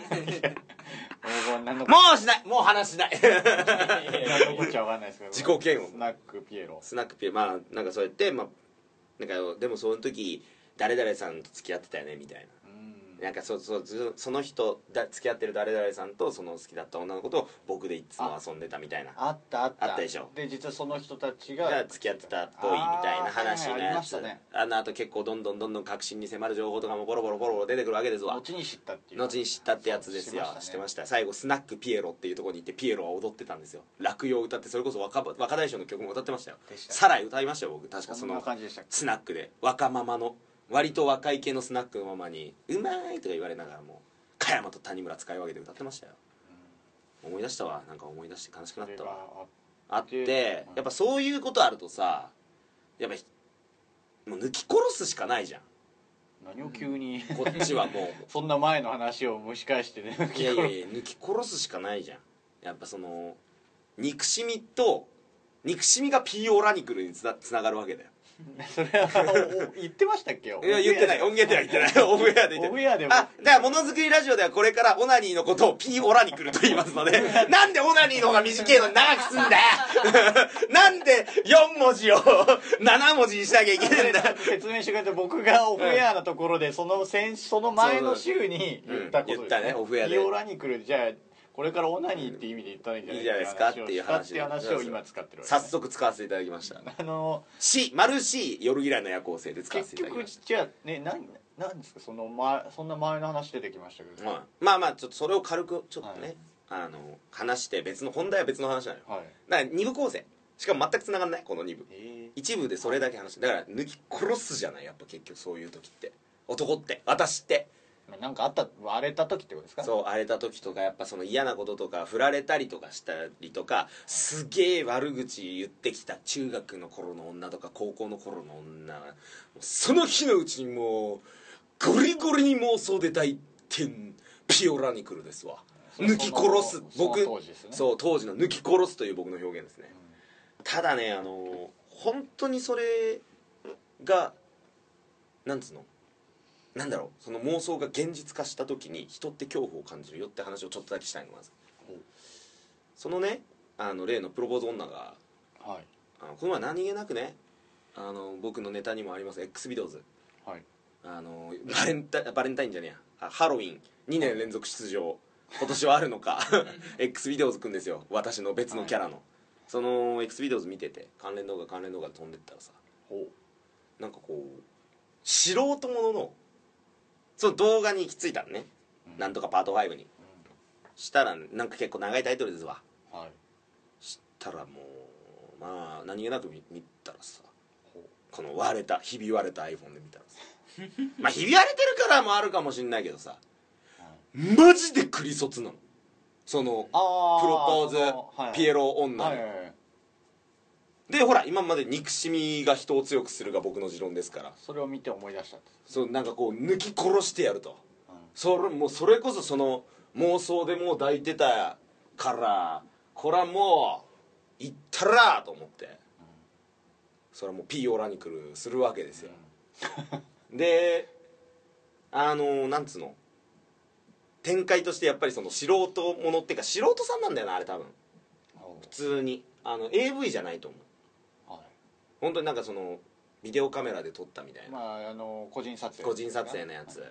うしないもう話しない何のこっちゃわかんないですけど自己嫌悪スナックピエロスナックピエロまあなんかそうやってまあなんかでもその時誰々さんと付き合ってたよねみたいななんかそそその人だ付き合ってる誰々さんとその好きだった女の子と僕でいつも遊んでたみたいなあったあったあったでしょで実はその人たちがが付き合ってたっぽいみたいな話のあーはいはいありやつましたねあのあと結構どんどんどんどん確信に迫る情報とかもボロボロボロボロ出てくるわけですわ後に知ったっていう後に知ったってやつですよ知ってました最後スナックピエロっていうところに行ってピエロは踊ってたんですよ落葉を歌ってそれこそ若若大将の曲も歌ってましたよでしたサライ歌いましたよ僕確かそそんなの感じでしたっけスナックで若ママの割と若い系のスナックのママに「うまい!」とか言われながらも加山と谷村使い分けて歌ってましたよ、思い出したわなんか思い出して悲しくなったわあってやっぱそういうことあるとさやっぱもう抜き殺すしかないじゃん何を急にこっちはもうそんな前の話を蒸し返してねいやいやいや抜き殺すしかないじゃんやっぱその憎しみと憎しみがピーオラニクルにつな、つながるわけだよそれはお言ってましたっけいや言ってない音源では言ってないオフエアで言ってないオフエアでもあだからものづくりラジオではこれからオナニーのことをピーオラニクルと言いますのでなんでオナニーの方が短いのに長くすんだよなんでよん文字をなな文字にしなきゃいけないんだよ説明してくれて僕がオフエアなところでその先その前の週に言ったことですうん言ったねオフエアでピオラに来るじゃあこれからオナニーって意味で言ったらいいんじゃないいいじゃないですかっていう話っていう話を今使ってるわけ早ですね速使わせていただきましたあの C 丸 C 夜嫌いの夜行性で使わせて結局いただきましたじゃあね何なんですかその前そんな前の話出てきましたけど、 はい、まあまあちょっとそれを軽くちょっとね、 はいあの話して別の本題は別の話なのよはいだからに部構成しかも全く繋がんないこのに部え一部でそれだけ話してだから抜き殺すじゃないやっぱ結局そういう時って男って私ってー、なんかあった荒れた時ってことですかそう荒れた時とかやっぱその嫌なこととか振られたりとかしたりとかすげえ悪口言ってきた中学の頃の女とか高校の頃の女はその日のうちにもうゴリゴリに妄想で抱いてピオラニクルですわ抜き殺す僕その当時ですねそう当時の抜き殺すという僕の表現ですね、うん、ただねあの本当にそれがなんつうのなんだろうその妄想が現実化した時に人って恐怖を感じるよって話をちょっとだけしたいのまずそのねあの例のプロポーズ女がはいあのこの前何気なくねあの僕のネタにもあります X ビデオズはいあのバレンタバレンタインじゃねえやあハロウィンにねん連続出場今年はあるのかX ビデオズくんですよ私の別のキャラの、はい、その X ビデオズ見てて関連動画関連動画で飛んでったらさなんかこう素人もののその動画に行き着いたのね、うん、なんとかパートファイブに、うん、したらなんか結構長いタイトルですわ、はい、したらもうまあ何気なく 見, 見たらさこの割れたひび割れた iPhone で見たらさまあひび割れてるからもあるかもしんないけどさ、マジでクリソツなのそのプロポーズ、はい、ピエロ女の、はいはいはい、でほら今まで憎しみが人を強くするが僕の持論ですからそれを見て思い出したそうなんかこう抜き殺してやると、うん、それもうそれこそその妄想でもう抱いてたからこれはもういったらと思って、うん、それはもうピーオラニクルするわけですよ、うん、であのなんつうの展開としてやっぱりその素人ものっていうか素人さんなんだよなあれ多分普通にあの エーブイ じゃないと思う、はい、本当になんかそのビデオカメラで撮ったみたいな、 まあ、あの個人撮影個人撮影のやつ、はい、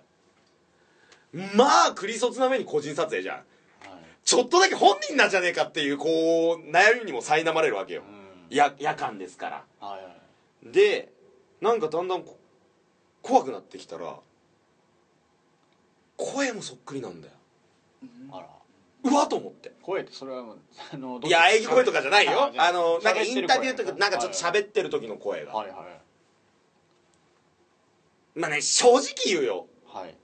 まあクリソツな目に個人撮影じゃん、はい、ちょっとだけ本人なんじゃねえかっていうこう悩みにも苛まれるわけよ、うん、や夜間ですから、はいはい、でなんかだんだん怖くなってきたら声もそっくりなんだよ、うん、あらうわと思って声ってそれはもうあのいや演技声とかじゃないよあのなんかインタビューとかなんかちょっと喋ってる時の声が、はいはい、まあね正直言うよ、 はい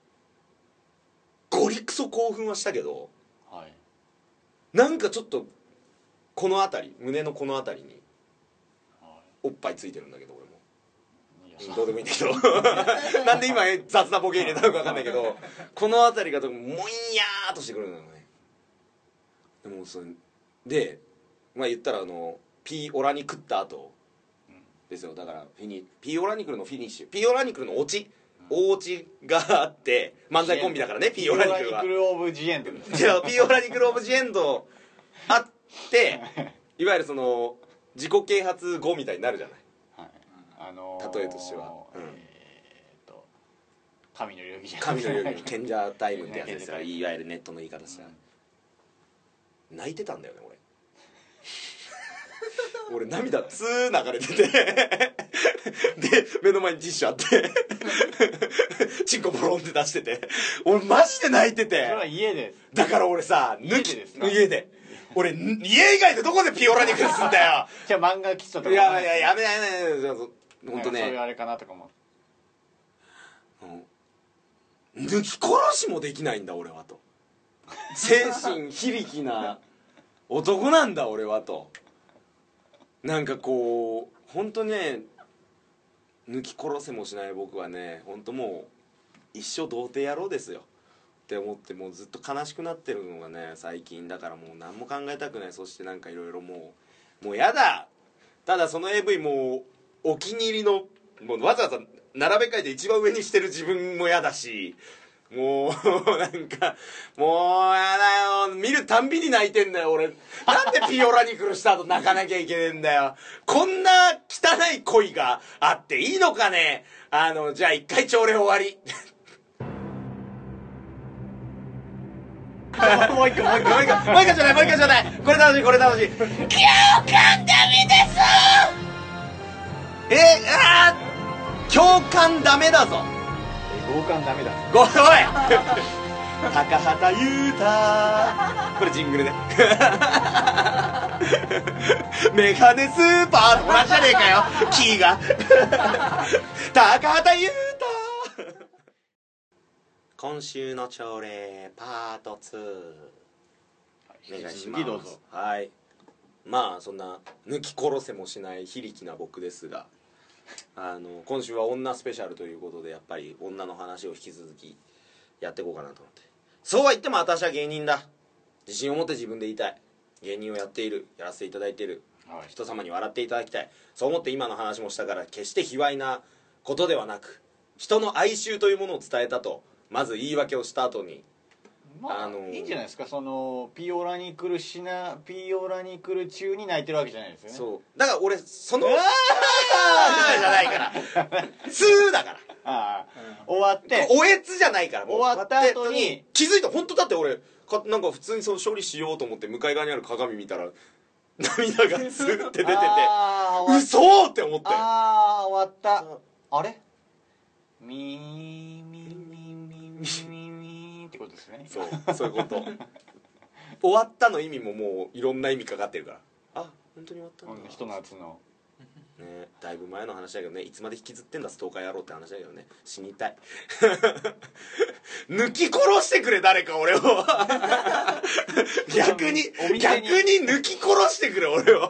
ゴリクソ興奮はしたけど、 はいなんかちょっとこの辺り胸のこの辺りにおっぱいついてるんだけど俺もいやうんどうでもいいんだけどなんで今雑なボケ入れたのか分かんないけどこの辺りがもうもんやーっとしてくるのよね。でもそれでまあ言ったらあのピーオラニクった後ですよ。だからフィニピーオラニクルのフィニッシュピーオラニクルのオチ大オチがあって漫才コンビだからねピーオラニクルはピーオラニクルオブジエンドじゃあピーオラニクルオブジエンドあっていわゆるその自己啓発後みたいになるじゃない、 はいあのー、 例えとしては、うんえー、っと神の領域じゃない神の領域賢者タイムってやつですよねいわゆるネットの言い方したら、うん、泣いてたんだよね俺俺涙ツー流れててで目の前にティッシュあってチンコボロンって出してて俺マジで泣いててそれは家でだから俺さ家でですか家で俺家以外でどこでピオラニクルすんだよじゃあ漫画喫茶とかいやいややめないやめない本当ねそういうあれかなとかもうん抜き殺しもできないんだ俺はと精神非力な男なんだ俺はとなんかこう本当ね抜き殺せもしない僕はね本当もう一生童貞野郎ですよって思ってもうずっと悲しくなってるのがね最近だからもう何も考えたくないそしてなんかいろいろもうもうやだただその エーブイ もうお気に入りのもうわざわざ並べ替えて一番上にしてる自分もやだしもうなんかもうやだよ見るたんびに泣いてんだよ俺なんでピオラニクルした後泣かなきゃいけねえんだよこんな汚い恋があっていいのかねあのじゃあ一回朝礼終わりもう一個もう一個もう一個もう一個ちょうだいもう一個ちょうだいこれ楽しいこれ楽しい共感ダメですえあー共感ダメだぞ強姦ダメだごおい高畑優太これジングルねメガネスーパーと同じじゃねえかよキーが高畑優太今週の朝礼パートツーお願いしますどうぞはいまあそんな抜き殺せもしない非力な僕ですがあの今週は女スペシャルということでやっぱり女の話を引き続きやっていこうかなと思ってそうは言っても私は芸人だ自信を持って自分で言いたい芸人をやっているやらせていただいている、はい、人様に笑っていただきたいそう思って今の話もしたから決して卑猥なことではなく人の哀愁というものを伝えたとまず言い訳をした後にまあ、あのー、いいんじゃないですかそのピオラに来るしなピオラに来る中に泣いてるわけじゃないですよねそうだから俺その「あー」じゃないから「つー」だからああ終わっておえつじゃないからもう終わった後に気づいた本当だって俺かなんか普通にその処理しようと思って向かい側にある鏡見たら涙がスーって出てて嘘って思ってああ終わったあれミーミーミーミーミーミーミーってことですねそうそういうこと終わったの意味ももういろんな意味かかってるからあ本当に終わったんだひと夏のねだいぶ前の話だけどねいつまで引きずってんだストーカー野郎って話だけどね死にたい抜き殺してくれ誰か俺を逆に逆に抜き殺してくれ俺を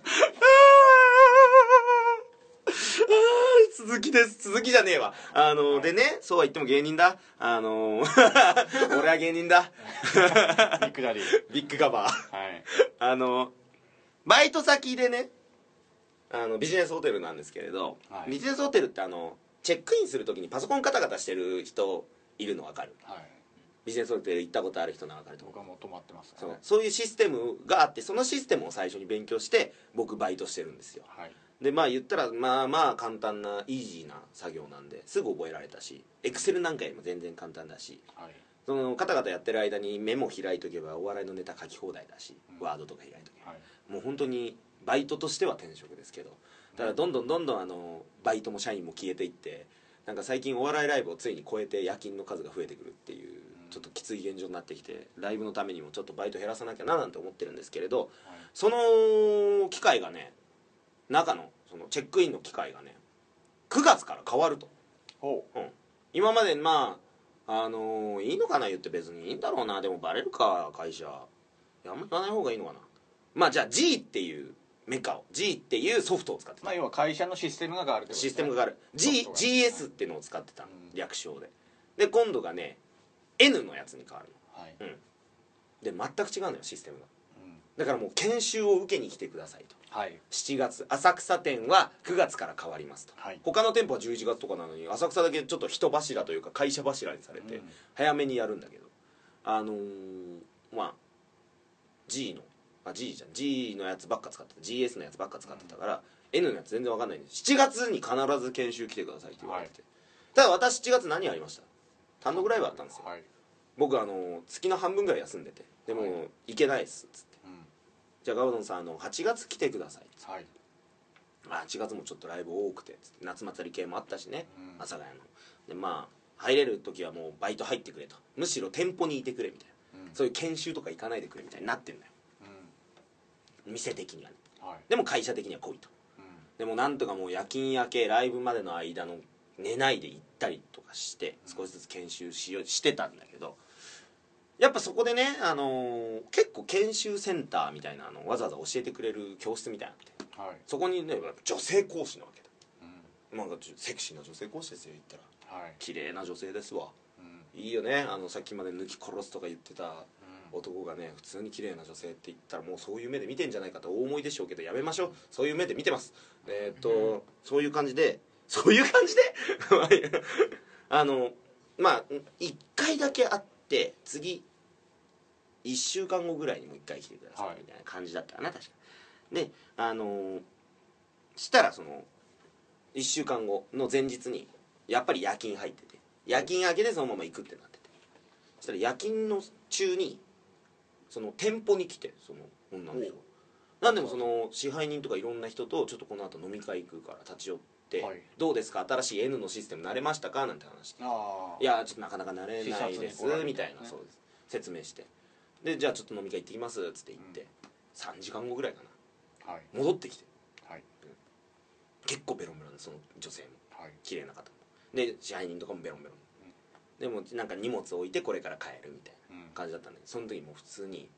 続きです続きじゃねえわあの、はい、でねそうは言っても芸人だあの俺は芸人だビッグダディビッグガバー、はい、あのバイト先でねあのビジネスホテルなんですけれど、はい、ビジネスホテルってあのチェックインするときにパソコンカタカタしてる人いるの分かる、はい、ビジネスホテル行ったことある人なら分かると思う僕はもう泊まってますから、ね、 そうそういうシステムがあってそのシステムを最初に勉強して僕バイトしてるんですよ、はい、でまあ言ったらまあまあ簡単なイージーな作業なんですぐ覚えられたしエクセルなんかよりも全然簡単だし、はい、そのカタカタやってる間にメモ開いとけばお笑いのネタ書き放題だし、うん、ワードとか開いとけば、はい、もう本当にバイトとしては転職ですけどただどんどんどんどんあのバイトも社員も消えていってなんか最近お笑いライブをついに超えて夜勤の数が増えてくるっていうちょっときつい現状になってきてライブのためにもちょっとバイト減らさなきゃななんて思ってるんですけれど、はい、その機会がね中のそのチェックインの機会がねくがつから変わると、うん、 今までまああのーいいのかな言って別にいいんだろうな。でもバレるか会社。いやあんま言わない方がいいのかな。まあじゃあ G っていうメカを G っていうソフトを使ってた、 まあ要は会社のシステムが変わるってことですね。 システムがある G ソフトがジーエス っていうのを使ってたの、 うん略称で。で今度がね N のやつに変わるはい、 の。うんで全く違うのよシステムが。 うんだからもう研修を受けに来てくださいと。 はいしちがつ浅草店はくがつから変わりますと、 はい他の店舗はじゅういちがつとかなのに浅草だけちょっと人柱というか会社柱にされてうん早めにやるんだけど、あのーまあ G のあ G じゃん G のやつばっか使ってた ジーエス のやつばっか使ってたから、N のやつ全然わかんないんでしちがつに必ず研修来てくださいって言われてて、ただ私しちがつ何ありました？単独ライブあったんですよ。 はい僕あの月の半分ぐらい休んでて、でも、 はい行けないっすっつって、 うんじゃあガバドンさんあのはちがつ来てくださいっつって、 はいまあ、はちがつもちょっとライブ多くてつって夏祭り系もあったしね、 うん阿佐ヶ谷のでまあ入れる時はもうバイト入ってくれと、むしろ店舗にいてくれみたいな、 うんそういう研修とか行かないでくれみたいになってんだようん店的にはね。 はいでも会社的には来いと。 うんでもなんとかもう夜勤明けライブまでの間の寝ないで行ったりとかして少しずつ研修しようしてたんだけど、やっぱそこでね、あのー結構研修センターみたいなのわざわざ教えてくれる教室みたいなのあって、 はいそこにね女性講師なわけだ。 うんなんかちょセクシーな女性講師ですよ言ったら。 はい綺麗な女性ですわ。 うんいいよね。あのさっきまで抜き殺すとか言ってたうん男がね普通に綺麗な女性って言ったらもうそういう目で見てんじゃないかとお思いでしょうけど、やめましょう。そういう目で見てます。えーっとそういう感じでそういう感じであのまあいっかいだけ会って次いっしゅうかんごぐらいにもういっかい来てくださいみたいな感じだったかな確かで、あのしたらそのいっしゅうかんごの前日にやっぱり夜勤入ってて、夜勤明けでそのまま行くってなってて、そしたら夜勤の中にその店舗に来てその女の人がなんでもその支配人とかいろんな人とちょっとこの後飲み会行くから立ち寄って、 はいどうですか新しい N のシステム慣れましたかなんて話してああいやちょっとなかなか慣れない視察ですに来られてねみたいな、そうです説明してでじゃあちょっと飲み会行ってきますっつって行って、さんじかんごぐらいかなはい戻ってきてはい結構ベロンベロンでその女性もはい綺麗な方もで支配人とかもベロンベロン、でもなんか荷物置いてこれから帰るみたいなうん感じだったんだけど、その時もう普通に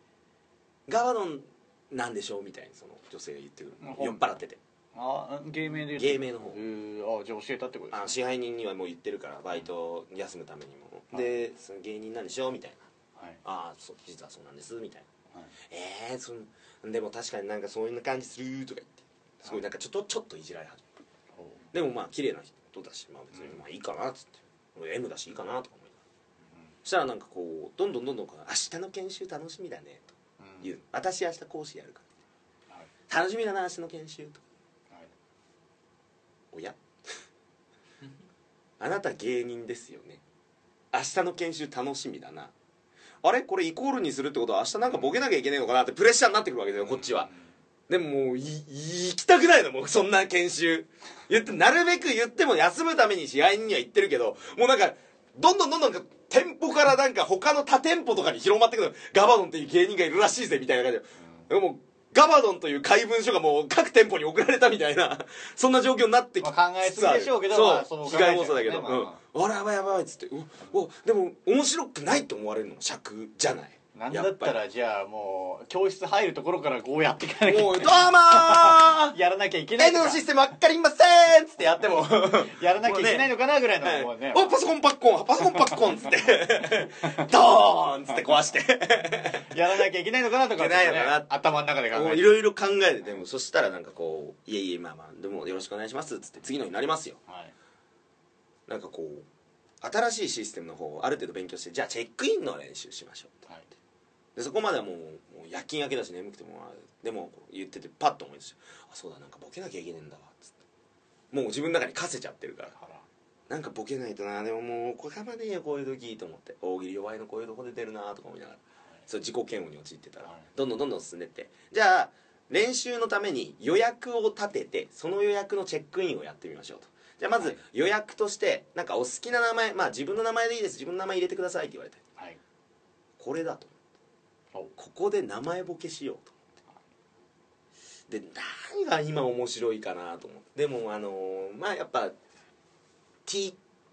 「ガバドンなんでしょう?」みたいにその女性が言ってくる、 うん酔っ払っててあ芸名で言う芸名の方えー、あじゃあ教えたってことあのです支配人にはもう言ってるからバイト休むためにも、でその芸人なんでしょみたいなねはい 「ああそう実はそうなんです」みたいなはい 「ええー、そのでも確かになんかそういう感じする」とか言ってすごいなんかちょっとちょっといじられ始める。 ほうでもまあ綺麗な人だし、まあ、別にまあいいかなっつって俺 M だしいいかなとか思いながら、そしたらなんかこうどんどんどんどんこう明日の研修楽しみだねとうん言う、私明日講師やるかはいら楽しみだな明日の研修とか、 はいおやあなた芸人ですよね、明日の研修楽しみだな、あれこれイコールにするってことは明日なんかボケなきゃいけねえのかなってプレッシャーになってくるわけだよこっちは。でももうい行きたくないのもうそんな研修言ってなるべく言っても休むために試合には行ってるけど、もうなんかどんどんどんどん店舗からなんか他の他店舗とかに広まってくる、ガバドンっていう芸人がいるらしいぜみたいな感じで、でもガバドンという怪文書がもう各店舗に送られたみたいなそんな状況になってきつつまあ考えすぎでしょうけどまあそのそう被害妄想だけど、 まあまあうん、あらやばいやばいっつって、うおでも面白くないって思われるのも尺じゃない。 なんだったらじゃあもう教室入るところからこうやっていかなきゃもうどうもーやらなきゃいけない N とかのシステム分かりませんっつってやってもやらなきゃいけないのかなぐらいのはいもうねおパソコンパッコンパソコンパッコンっつってドーンっつって壊してやらなきゃいけないのかなとかいけないのかなね頭の中で考もうえていろいろ考えてでもそしたらなんかこういえいえまあまあでもよろしくお願いしますっつって次のになりますよ。 はいなんかこう新しいシステムの方をある程度勉強してじゃあチェックインの練習しましょうと、 はいでそこまではもうもう夜勤明けだし眠くてもまあでも言っててパッと思い出してあそうだなんかボケなきゃいけねえんだわっつってもう自分の中に課せちゃってるからあらなんかボケないとなでももうこれかまねえよこういう時と思って大喜利弱いのこういうとこ出てるなとか思いながらそう自己嫌悪に陥ってたらはいどんどんどんどん進んでってじゃあ練習のために予約を立ててその予約のチェックインをやってみましょうと。じゃあまず予約としてなんかお好きな名前まあ自分の名前でいいです自分の名前入れてくださいって言われてはいこれだとおここで名前ボケしようと思ってで何が今面白いかなと思ってでもあのーまあやっぱ T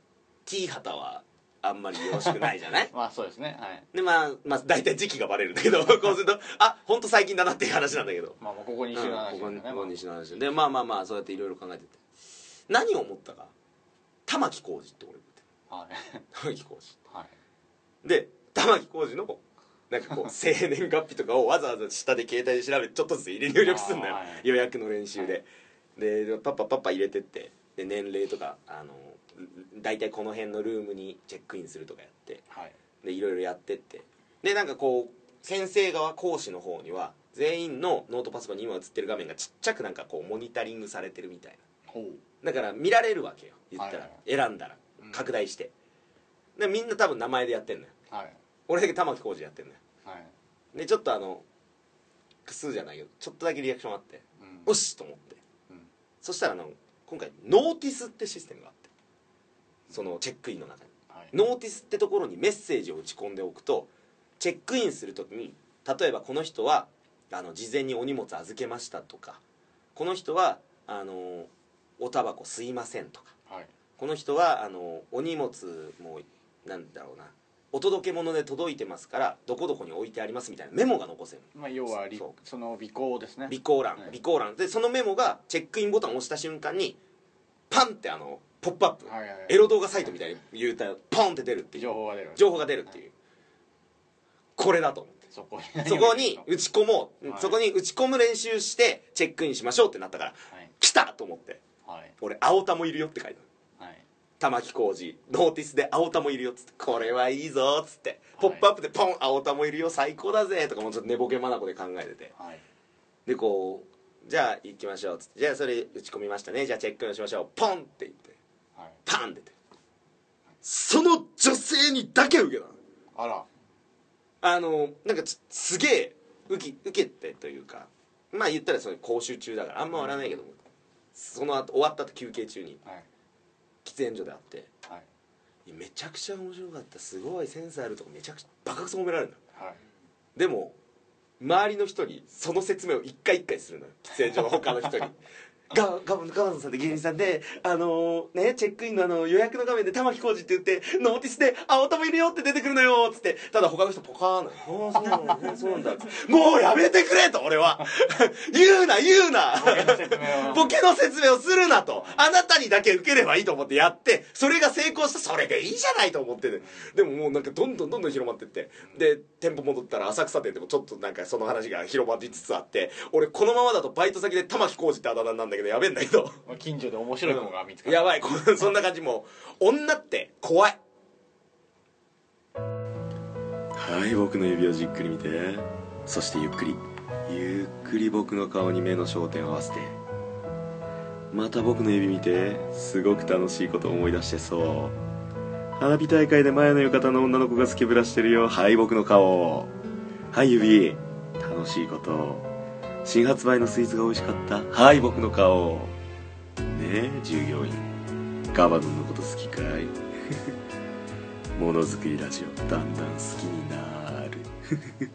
T 旗はあんまりよろしくないじゃないまあそうですね、はい。 でまあまあ大体時期がバレるんだけどこうするとあ本当最近だなっていう話なんだけど、 まあまあここに週の話うん、ここにね、 ここに週の話でまあまあまあそうやっていろいろ考えてて何を思ったか玉置浩二って俺言ってはい玉置浩はい二で玉置浩二のなんかこう生年月日とかをわざわざ下で携帯で調べてちょっとずつ入れ入力すんだよ、 はい予約の練習で、でパッパパッパ入れてってで年齢とかあの大体この辺のルームにチェックインするとかやってはいでいろいろやってってでなんかこう先生側講師の方には全員のノートパソコンに今映ってる画面がちっちゃくなんかこうモニタリングされてるみたいほうなだから見られるわけよ言ったら、 はい選んだら拡大して、でみんな多分名前でやってんのよはい俺だけ玉置浩二やってんのよはいでちょっとあのクスじゃないけどちょっとだけリアクションあってうんよしと思ってうんそしたらあの今回ノーティスってシステムがあってそのチェックインの中にはいノーティスってところにメッセージを打ち込んでおくとチェックインするときに例えばこの人はあの事前にお荷物預けましたとかこの人はあのおタバコ吸いませんとかはいこの人はあのお荷物もなんだろうなお届け物で届いてますからどこどこに置いてありますみたいなメモが残せるまあ要はりそうその尾行ですね備考欄、 はい備考欄でそのメモがチェックインボタンを押した瞬間にパンってあのポップアップ、 はいはいはいエロ動画サイトみたいに言うたらポンって出るっていう情報が出る情報が出るっていう、これだと思ってそこにそこに打ち込もう、 はいそこに打ち込む練習してチェックインしましょうってなったからはい来たと思ってはい俺青田もいるよって書いてあるはい玉置浩二ノーティスで青田もいるよっつってこれはいいぞっつって、ポップアップでポン青田もいるよ最高だぜとかもうちょっと寝ぼけまなこで考えててはいでこうじゃあ行きましょうっつってじゃあそれ打ち込みましたねじゃあチェックインしましょうポンって言ってはいパンって出てその女性にだけ受けたのあらあのなんかつすげえ受け受けてというかまあ言ったらそれ講習中だからあんま笑わないけども、その後終わった後休憩中にはい喫煙所で会ってはいめちゃくちゃ面白かったすごいセンスあるとかめちゃくちゃバカクソ褒められるのはいでも周りの人にその説明を一回一回するのよ喫煙所の他の人にガガバガバドンさんって芸人さんであのー、ねチェックインのあの予約の画面で玉置浩二って言ってノーティスで青玉いるよって出てくるのよっつってただ他の人ポカーンなのああそうなんだ、ね、そうなんだもうやめてくれと俺は言うな言うなボケの説明をするなとあなたにだけ受ければいいと思ってやってそれが成功したそれでいいじゃないと思ってるでももうなんかどんどんどんどん広まってってで店舗戻ったら浅草店でもちょっとなんかその話が広まりつつあって俺このままだとバイト先で玉置浩二ってあだ名なんだけどやべえんだけど近所で面白い子が見つかった、 やばいこそんな感じもう女って怖いはい僕の指をじっくり見てそしてゆっくりゆっくり僕の顔に目の焦点を合わせてまた僕の指見てすごく楽しいこと思い出してそう花火大会で前の浴衣の女の子がスケブラしてるよはい僕の顔はい指楽しいこと新発売のスイーツが美味しかったはい僕の顔ねえ従業員ガバドンのこと好きかいものづくりラジオだんだん好きになる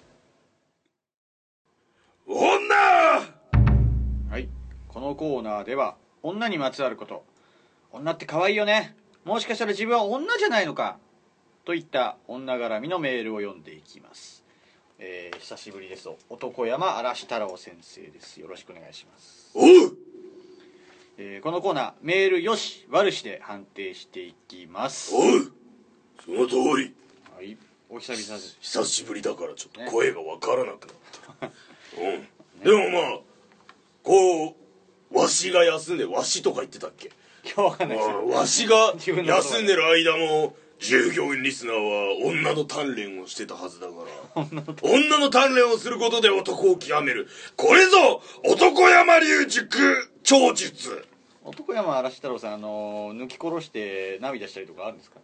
女はい、このコーナーでは女にまつわること女って可愛いよねもしかしたら自分は女じゃないのかといった女絡みのメールを読んでいきます、えー、久しぶりです男山嵐太郎先生ですよろしくお願いしますおう、 えー、このコーナーメールよし悪しで判定していきますおうその通りはいお久々です久しぶりだからちょっと声がわからなくなった、ね、うんでもまあこうわしが休んでわしとか言ってたっけ今日わかんないですわしが自分のこと休んでる間も従業員リスナーは女の鍛錬をしてたはずだから女の鍛錬をすることで男を極めるこれぞ男山流塾超術男山嵐太郎さんあの抜き殺して涙したりとかあるんですか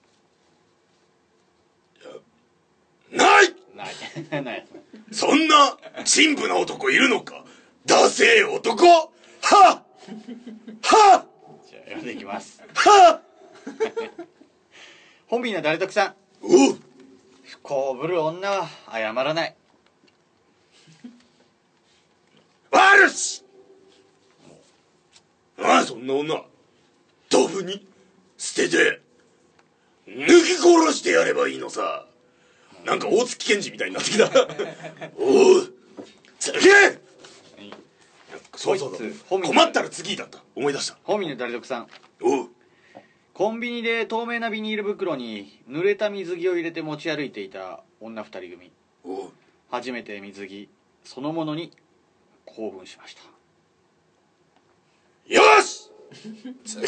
ないないないそんな陳腐な男いるのかダセえ男はっはっじゃあ読んでいきますはっ本民の誰得さんおう不幸ぶる女は謝らないあるしああそんな女ドブに捨てて抜き殺してやればいいのさ。なんか大月健二みたいになってきた。おう次そうそうそう本民困ったら次だった。思い出した。 本民の誰得さん。 おうコンビニで透明なビニール袋に濡れた水着を入れて持ち歩いていた女二人組。 おう初めて水着そのものに興奮しました。 よし次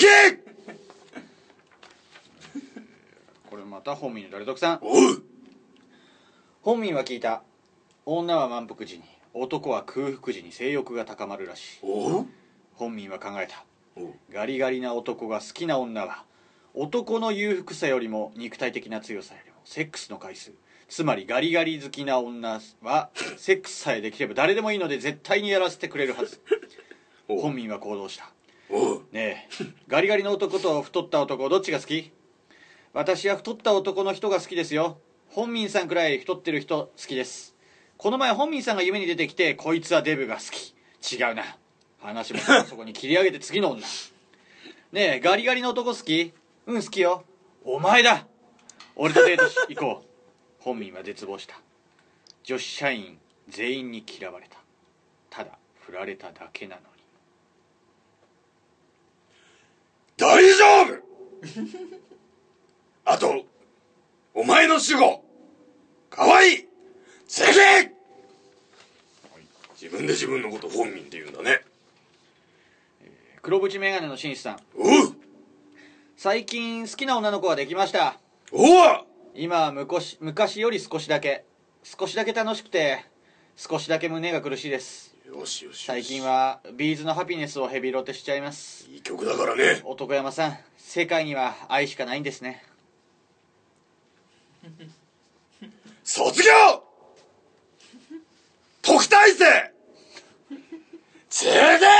これまた本民の誰得さん。 おう本民は聞いた。女は満腹時に、男は空腹時に性欲が高まるらしい。 おう本民は考えた。 おうガリガリな男が好きな女は、男の裕福さよりも肉体的な強さよりもセックスの回数、つまりガリガリ好きな女はセックスさえできれば誰でもいいので絶対にやらせてくれるはず。本民は行動した。 おうねえ、ガリガリの男と太った男どっちが好き？私は太った男の人が好きですよ。本民さんくらい太ってる人好きです。この前本民さんが夢に出てきて、こいつはデブが好き。違うな。話もそこに切り上げて次の女。ねえ、ガリガリの男好き？うん、好きよ。お前だ。俺とデートし行こう。本民は絶望した。女子社員全員に嫌われた。ただ振られただけなのに。 大丈夫あとお前の主語かわいい次自分で自分のこと本民って言うんだね。 黒縁メガネの紳士さん。 おう最近好きな女の子ができました。 おう今は昔昔より少しだけ少しだけ楽しくて少しだけ胸が苦しいです。 よしよしよし最近はビーズのハピネスをヘビロテしちゃいます。 いい曲だからね。 男山さん、世界には愛しかないんですね。 卒業特待生次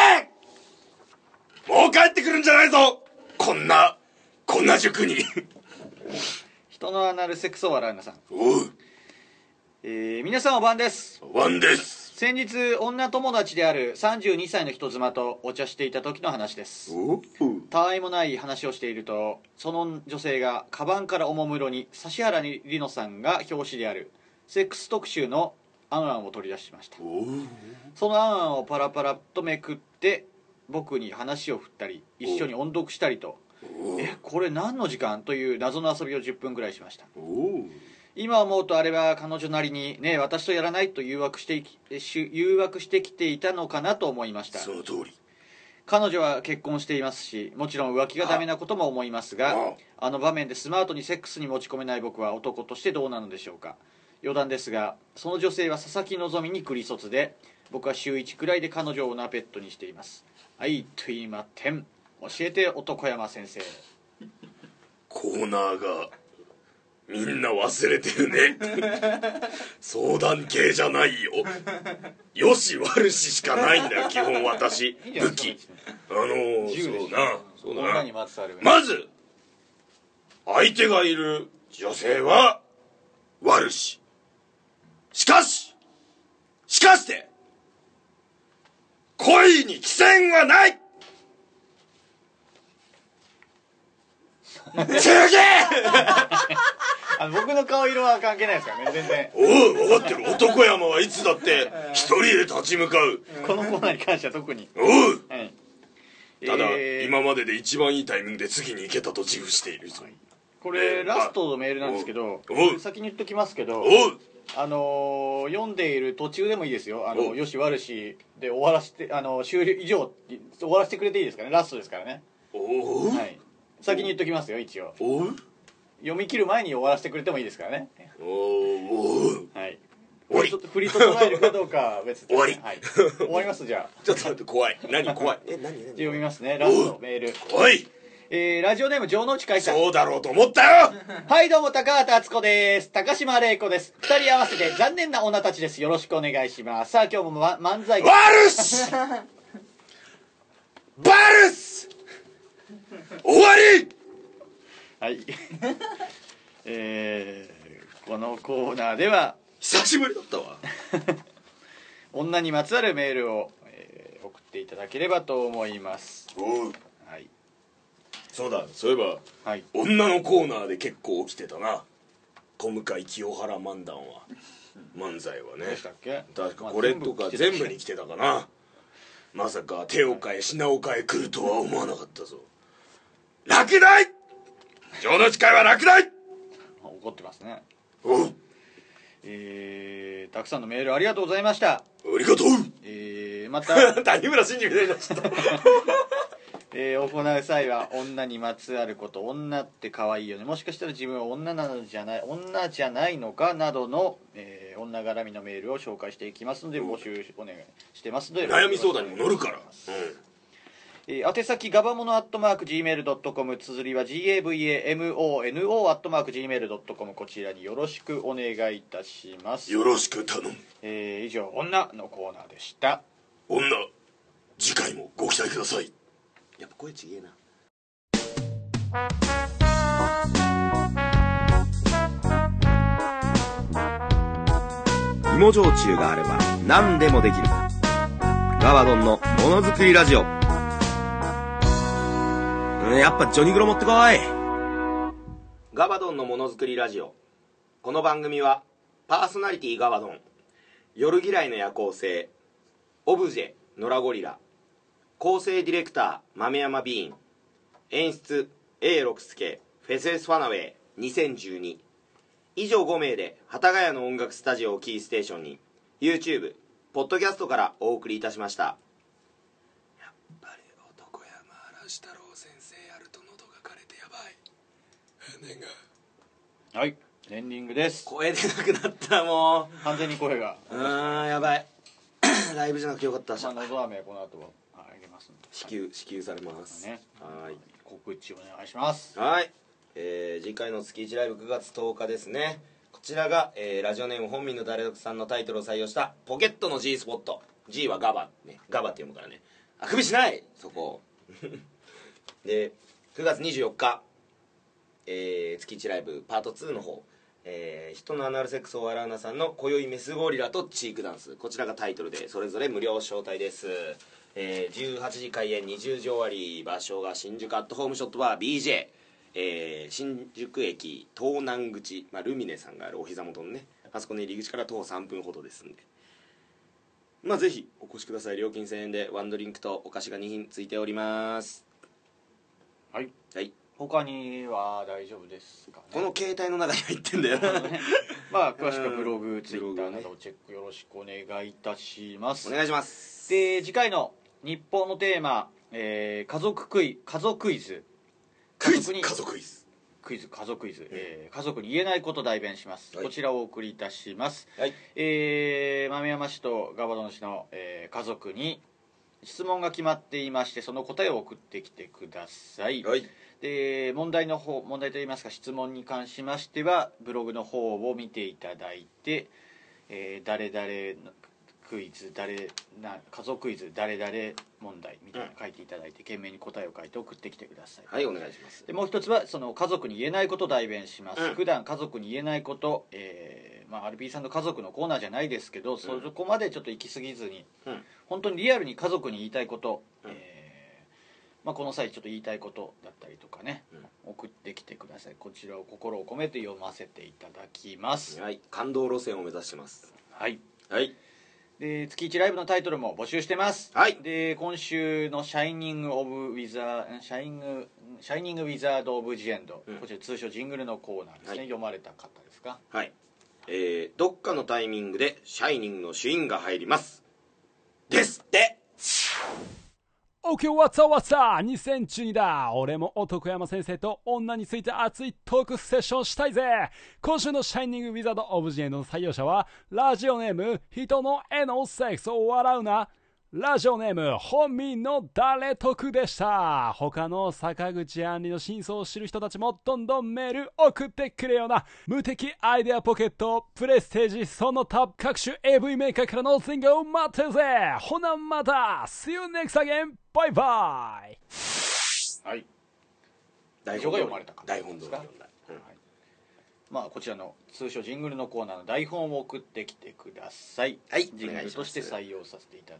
もう帰ってくるんじゃないぞこんなこんな塾に人のアナルセクソ笑うなさん。 おうえー、皆さんお晩です。 ワンです。 先日女友達であるさんじゅうにさいの人妻とお茶していた時の話です。 おうたわいもない話をしていると、その女性がカバンからおもむろに指原莉乃さんが表紙であるセックス特集のアンアンを取り出しました。 おうそのアンアンをパラパラっとめくって僕に話を振ったり一緒に音読したりと、えこれ何の時間という謎の遊びをじゅっぷんぐらいしました。 おう今思うとあれは彼女なりにねえ私とやらないと誘惑してき誘惑してきていたのかなと思いました。 その通り。 彼女は結婚していますし、もちろん浮気がダメなことも思いますが、 ああの場面でスマートにセックスに持ち込めない僕は男としてどうなのでしょうか。余談ですが、その女性は佐々木希にクリ卒で、僕は週いちくらいで彼女をオナペットにしています。はいと言いまてん、教えて男山先生。 コーナーがみんな忘れてるね相談系じゃないよ。よし悪ししかないんだよ基本私。 いいじゃん武器そあのー、 銃でしょそうなそうだ女なにまつわるまず相手がいる女性は悪し。しかししかして恋に貴賤はないすげえあの僕の顔色は関係ないですからね全然。 おう分かってる。男山はいつだって一人で立ち向かう。 このコーナーに関しては特に。 おうはい、 ただ、 えー今までで一番いいタイミングで次に行けたと自負しているぞ。 これ、 えーラストのメールなんですけど、 おう先に言っときますけど、 おうあのー読んでいる途中でもいいですよ。あおのよし悪しで終わらせて、あの終了以上終わらせてくれていいですからね。ラストですからね。 おうはい。先に言っときますよ一応。 おう読み切る前に終わらせてくれてもいいですからね。 おうおうはい。 終わりちょっと振り整えるかどうかは別です、ね。 終わりはい。終わりますじゃあ。 ちょっと待って怖い。何怖い。え何何読みますね。ラストメール。 おいえー、ラジオネーム城之内海さん。 そうだろうと思ったよ。 はいどうも高畑敦子です。高島玲子です。二人合わせて残念な女たちです。よろしくお願いします。さあ今日も、ま、漫才ワルスバルス終わり。 はいえー、このコーナーでは久しぶりだったわ女にまつわるメールを、えー送っていただければと思います。 おうはい、 そうだ、そういえば、 はい、 女のコーナーで結構起きてたな、小向井清原漫談は漫才はね。 でしたっけ。 確かこれとか全部に来てたかな。まさか手を変え品を変え来るとは思わなかったぞ。落第情の誓いは落第。 怒ってますね。 おう、 えー、たくさんのメールありがとうございました。 ありがとう。 えー、また谷村新司みたいになっちゃったえー、行う際は女にまつわること、女って可愛いよね、もしかしたら自分は女なのじゃない女じゃないのかなどの、えー、女絡みのメールを紹介していきますので募集お願いしてますので、 悩み相談にも乗るから、うん、 えー、宛先ガバモノアットマーク ジーメールドットコム、綴りは ジーエーブイエーエムオーエヌオー アットマーク ジーメールドットコム、こちらによろしくお願いいたします。 よろしく頼む。 えー、以上女のコーナーでした。 女、次回もご期待ください。 やっぱ声ちげえな。 芋焼酎があれば何でもできる。ガバドンのものづくりラジオ。やっぱジョニグロ持ってこい。 ガバドンのものづくりラジオ。この番組はパーソナリティガバドン、夜嫌いの夜行性、オブジェノラゴリラ、構成ディレクター豆山ビーン、演出 エーろく 助フェスエスファナウェイにせんじゅうに以上ご名で幡ヶ谷の音楽スタジオをキーステーションに YouTube、ポッドキャストからお送りいたしました。 やっぱり男山嵐太郎先生やると喉が枯れてやばい。ねはい、エンディングです。 声出なくなったもう。 完全に声がうーん、やばいライブじゃなくてよかった。 まあ、喉飴はこの後はあげますので支給支給されます、 ね、 はい、 告知お願いします。 はい、えー、次回の月いちライブくがつとおかですね。こちらが、えー、ラジオネーム本民の誰々さんのタイトルを採用したポケットの G スポット。 G はガバね、ガバって読むからね、あくびしないそこでくがつにじゅうよっか、えー、月いちライブパートツーの方、えー、人のアナルセックスを笑うなさんの今宵メスゴリラとチークダンス、こちらがタイトルでそれぞれ無料招待です。えー、じゅうはちじ開演、にじゅうじ終わり、場所が新宿アットホームショットバー ビージェー、えー、新宿駅東南口、まあ、ルミネさんがあるお膝元のね、あそこの入り口から徒歩さんぷんほどですんで、まあぜひお越しください。料金せんえんでワンドリンクとお菓子がに品ついております。 はい、 はい、 他には大丈夫ですかね。 この携帯の中に入ってんだよまあ詳しくはブログ、 うんツイッターなどをチェックよろしくお願いいたします。 お願いします。 で、次回の日本のテーマ、えー、家族クイ家族クイズクイズに家族クイズクイズ家族クイズ、えー、家族に言えないこと代弁します、 はい、 こちらをお送りいたします、 はい、 えー、豆山市とガバドン市の、えー、家族に質問が決まっていまして、その答えを送ってきてください、 はい、 で問題の方問題といいますか質問に関しましてはブログの方を見ていただいて、えー、誰々のクイズ誰な家族クイズ誰々問題みたいなの書いていただいて、懸命に答えを書いて送ってきてください。 はい、お願いします。 でもう一つはその家族に言えないことを代弁します、 うん、 普段家族に言えないこと、えーまあ、アールビー さんの家族のコーナーじゃないですけど、うん、そこまでちょっと行き過ぎずに、うん、本当にリアルに家族に言いたいこと、うん、えーまあ、この際ちょっと言いたいことだったりとかね、うん、送ってきてください。こちらを心を込めて読ませていただきます。 はい、感動路線を目指してます。 はい、 はい、 で月いちライブのタイトルも募集してます、 はい、 で今週の「シャイニング・オブ・ウィザー」シャイング「シャイニング・ウィザード・オブ・ジ・エンド」うん、こちら通称ジングルのコーナーですね、はい、読まれた方ですか。 はい、えー、どっかのタイミングで「シャイニング」の主演が入りますですって。 OK、わたわたにせんじゅうにだ。俺も男山先生と女について熱いトークセッションしたいぜ。今週のシャイニングウィザードオブジェエンドの採用者はラジオネーム人の絵のセックスを笑うな、ラジオネーム本民の誰得でした。他の坂口杏里の真相を知る人たちもどんどんメール送ってくれよな。無敵アイデアポケットプレステージその他各種 エーブイ メーカーからの全画を待ってるぜ。ほなまた See you next again。バイバイ。 はい。 台本が読まれた方台本通り読んだ、うん、はい、 まあこちらの通称ジングルのコーナーの台本を送ってきてください。 はい、 ジングルとして採用させていただ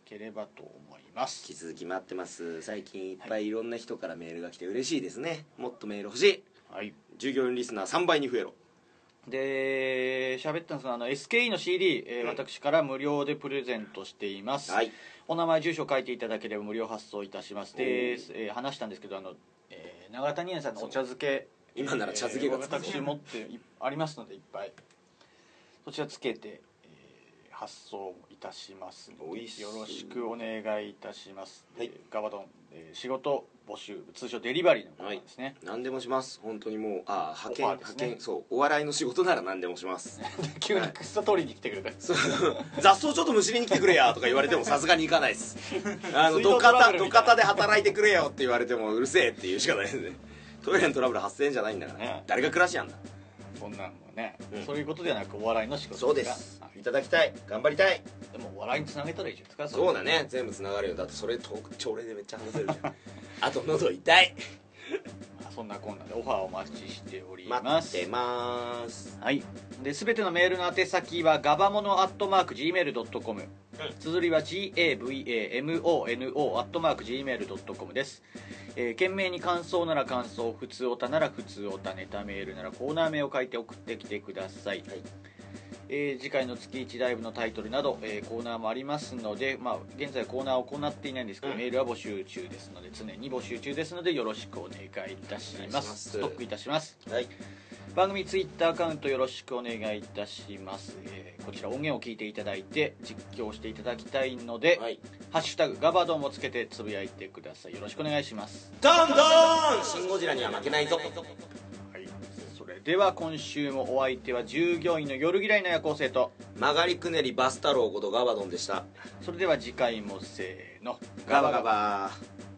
ければと思います引き続き待ってます。最近いっぱいいろんな人からメールが来て嬉しいですね。もっとメール欲しい。 はい、 従業員リスナーさんばいに増えろ。 で喋ったんですがあの エスケーイー の シーディー、えーうん、 私から無料でプレゼントしています、 はい、 お名前住所書いていただければ無料発送いたします。で、えー話したんですけどあの、えー、永田にねんさんのお茶漬け今なら茶漬けがつく、 えー、私持っていありますのでいっぱいそちらつけて、えー、発送いたしますのでよろしくお願いいたします。はい、ガバドン、えー、仕事募集通称デリバリーのコーナーですね、 はい、何でもします。本当にもうあ派遣、 ね、 派遣そうお笑いの仕事なら何でもします急に草取りに来てくれた、はい、 雑草ちょっとむしりに来てくれやとか言われてもさすがに行かないですあの土方土方で働いてくれよって言われてもうるせえって言うしかないですね。トイレのトラブル発生じゃないんだから、ね、誰が暮らしやんだそんなんもね、 うん、 そういうことではなくお笑いの仕事そうです、いただきたい、頑張りたい。 でもお笑いにつなげたらいいじゃないですか。 そうだね、全部つながるよ。だってそれトーク朝礼でめっちゃ話せるじゃんあと喉痛いそんなこんなでオファーお待ちしております。 待ってまーす。 はい、で全てのメールの宛先はガバモノアットマーク ジーメールドットコム、綴りは ジーエーブイエーエムオーエヌオー アットマーク ジーメールドットコム です。えー、懸命に感想なら感想、普通オタなら普通オタ、ネタメールならコーナー名を書いて送ってきてください。はい、えー、次回の月いちライブのタイトルなど、えー、コーナーもありますので、まあ、現在コーナーを行っていないんですけど、うん、メールは募集中ですので常に募集中ですのでよろしくお願いいたします。ストックいたします。はい、番組ツイッターアカウントよろしくお願いいたします。えー、こちら音源を聞いていただいて実況していただきたいので、はい、ハッシュタグガバドンもつけてつぶやいてください。よろしくお願いします。 どんどんシンゴジラには負けないぞ。 それでは今週もお相手は従業員の夜嫌いの夜行性と曲がりくねりバス太郎ことガバドンでした。 それでは次回もせーのガバガバ。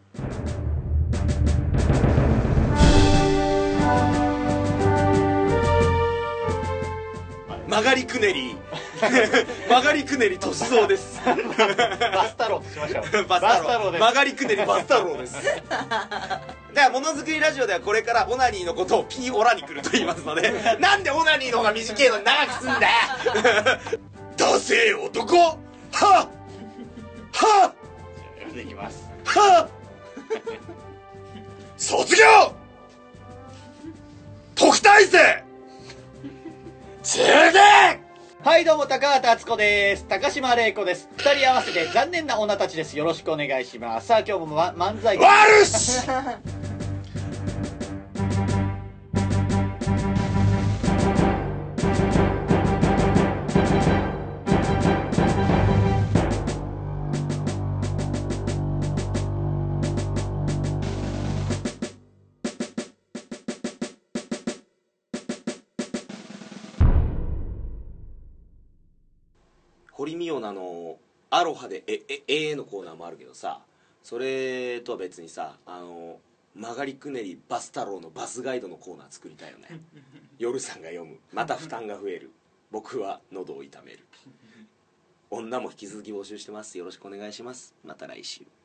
曲がりくねり曲がりくねり歳三ですバス太郎としましょう。 バス太郎曲がりくねりバス太郎ですではものづくりラジオではこれからオナニーのことをピーオラニクルと言いますのでなんでオナニーの方が短いのに長くすんだよダセえ男はっはっできますはっ卒業特待生通電。 はいどうも高畑敦子です。高島玲子です。ふたり合わせて残念な女たちです。よろしくお願いします。さあ今日も、ま、漫才わるし堀美央奈のアロハでええええのコーナーもあるけどさ、それとは別にさ、あの曲がりくねりバス太郎のバスガイドのコーナー作りたいよね夜さんが読む、また負担が増える、僕は喉を痛める。女も引き続き募集してます。よろしくお願いします。また来週。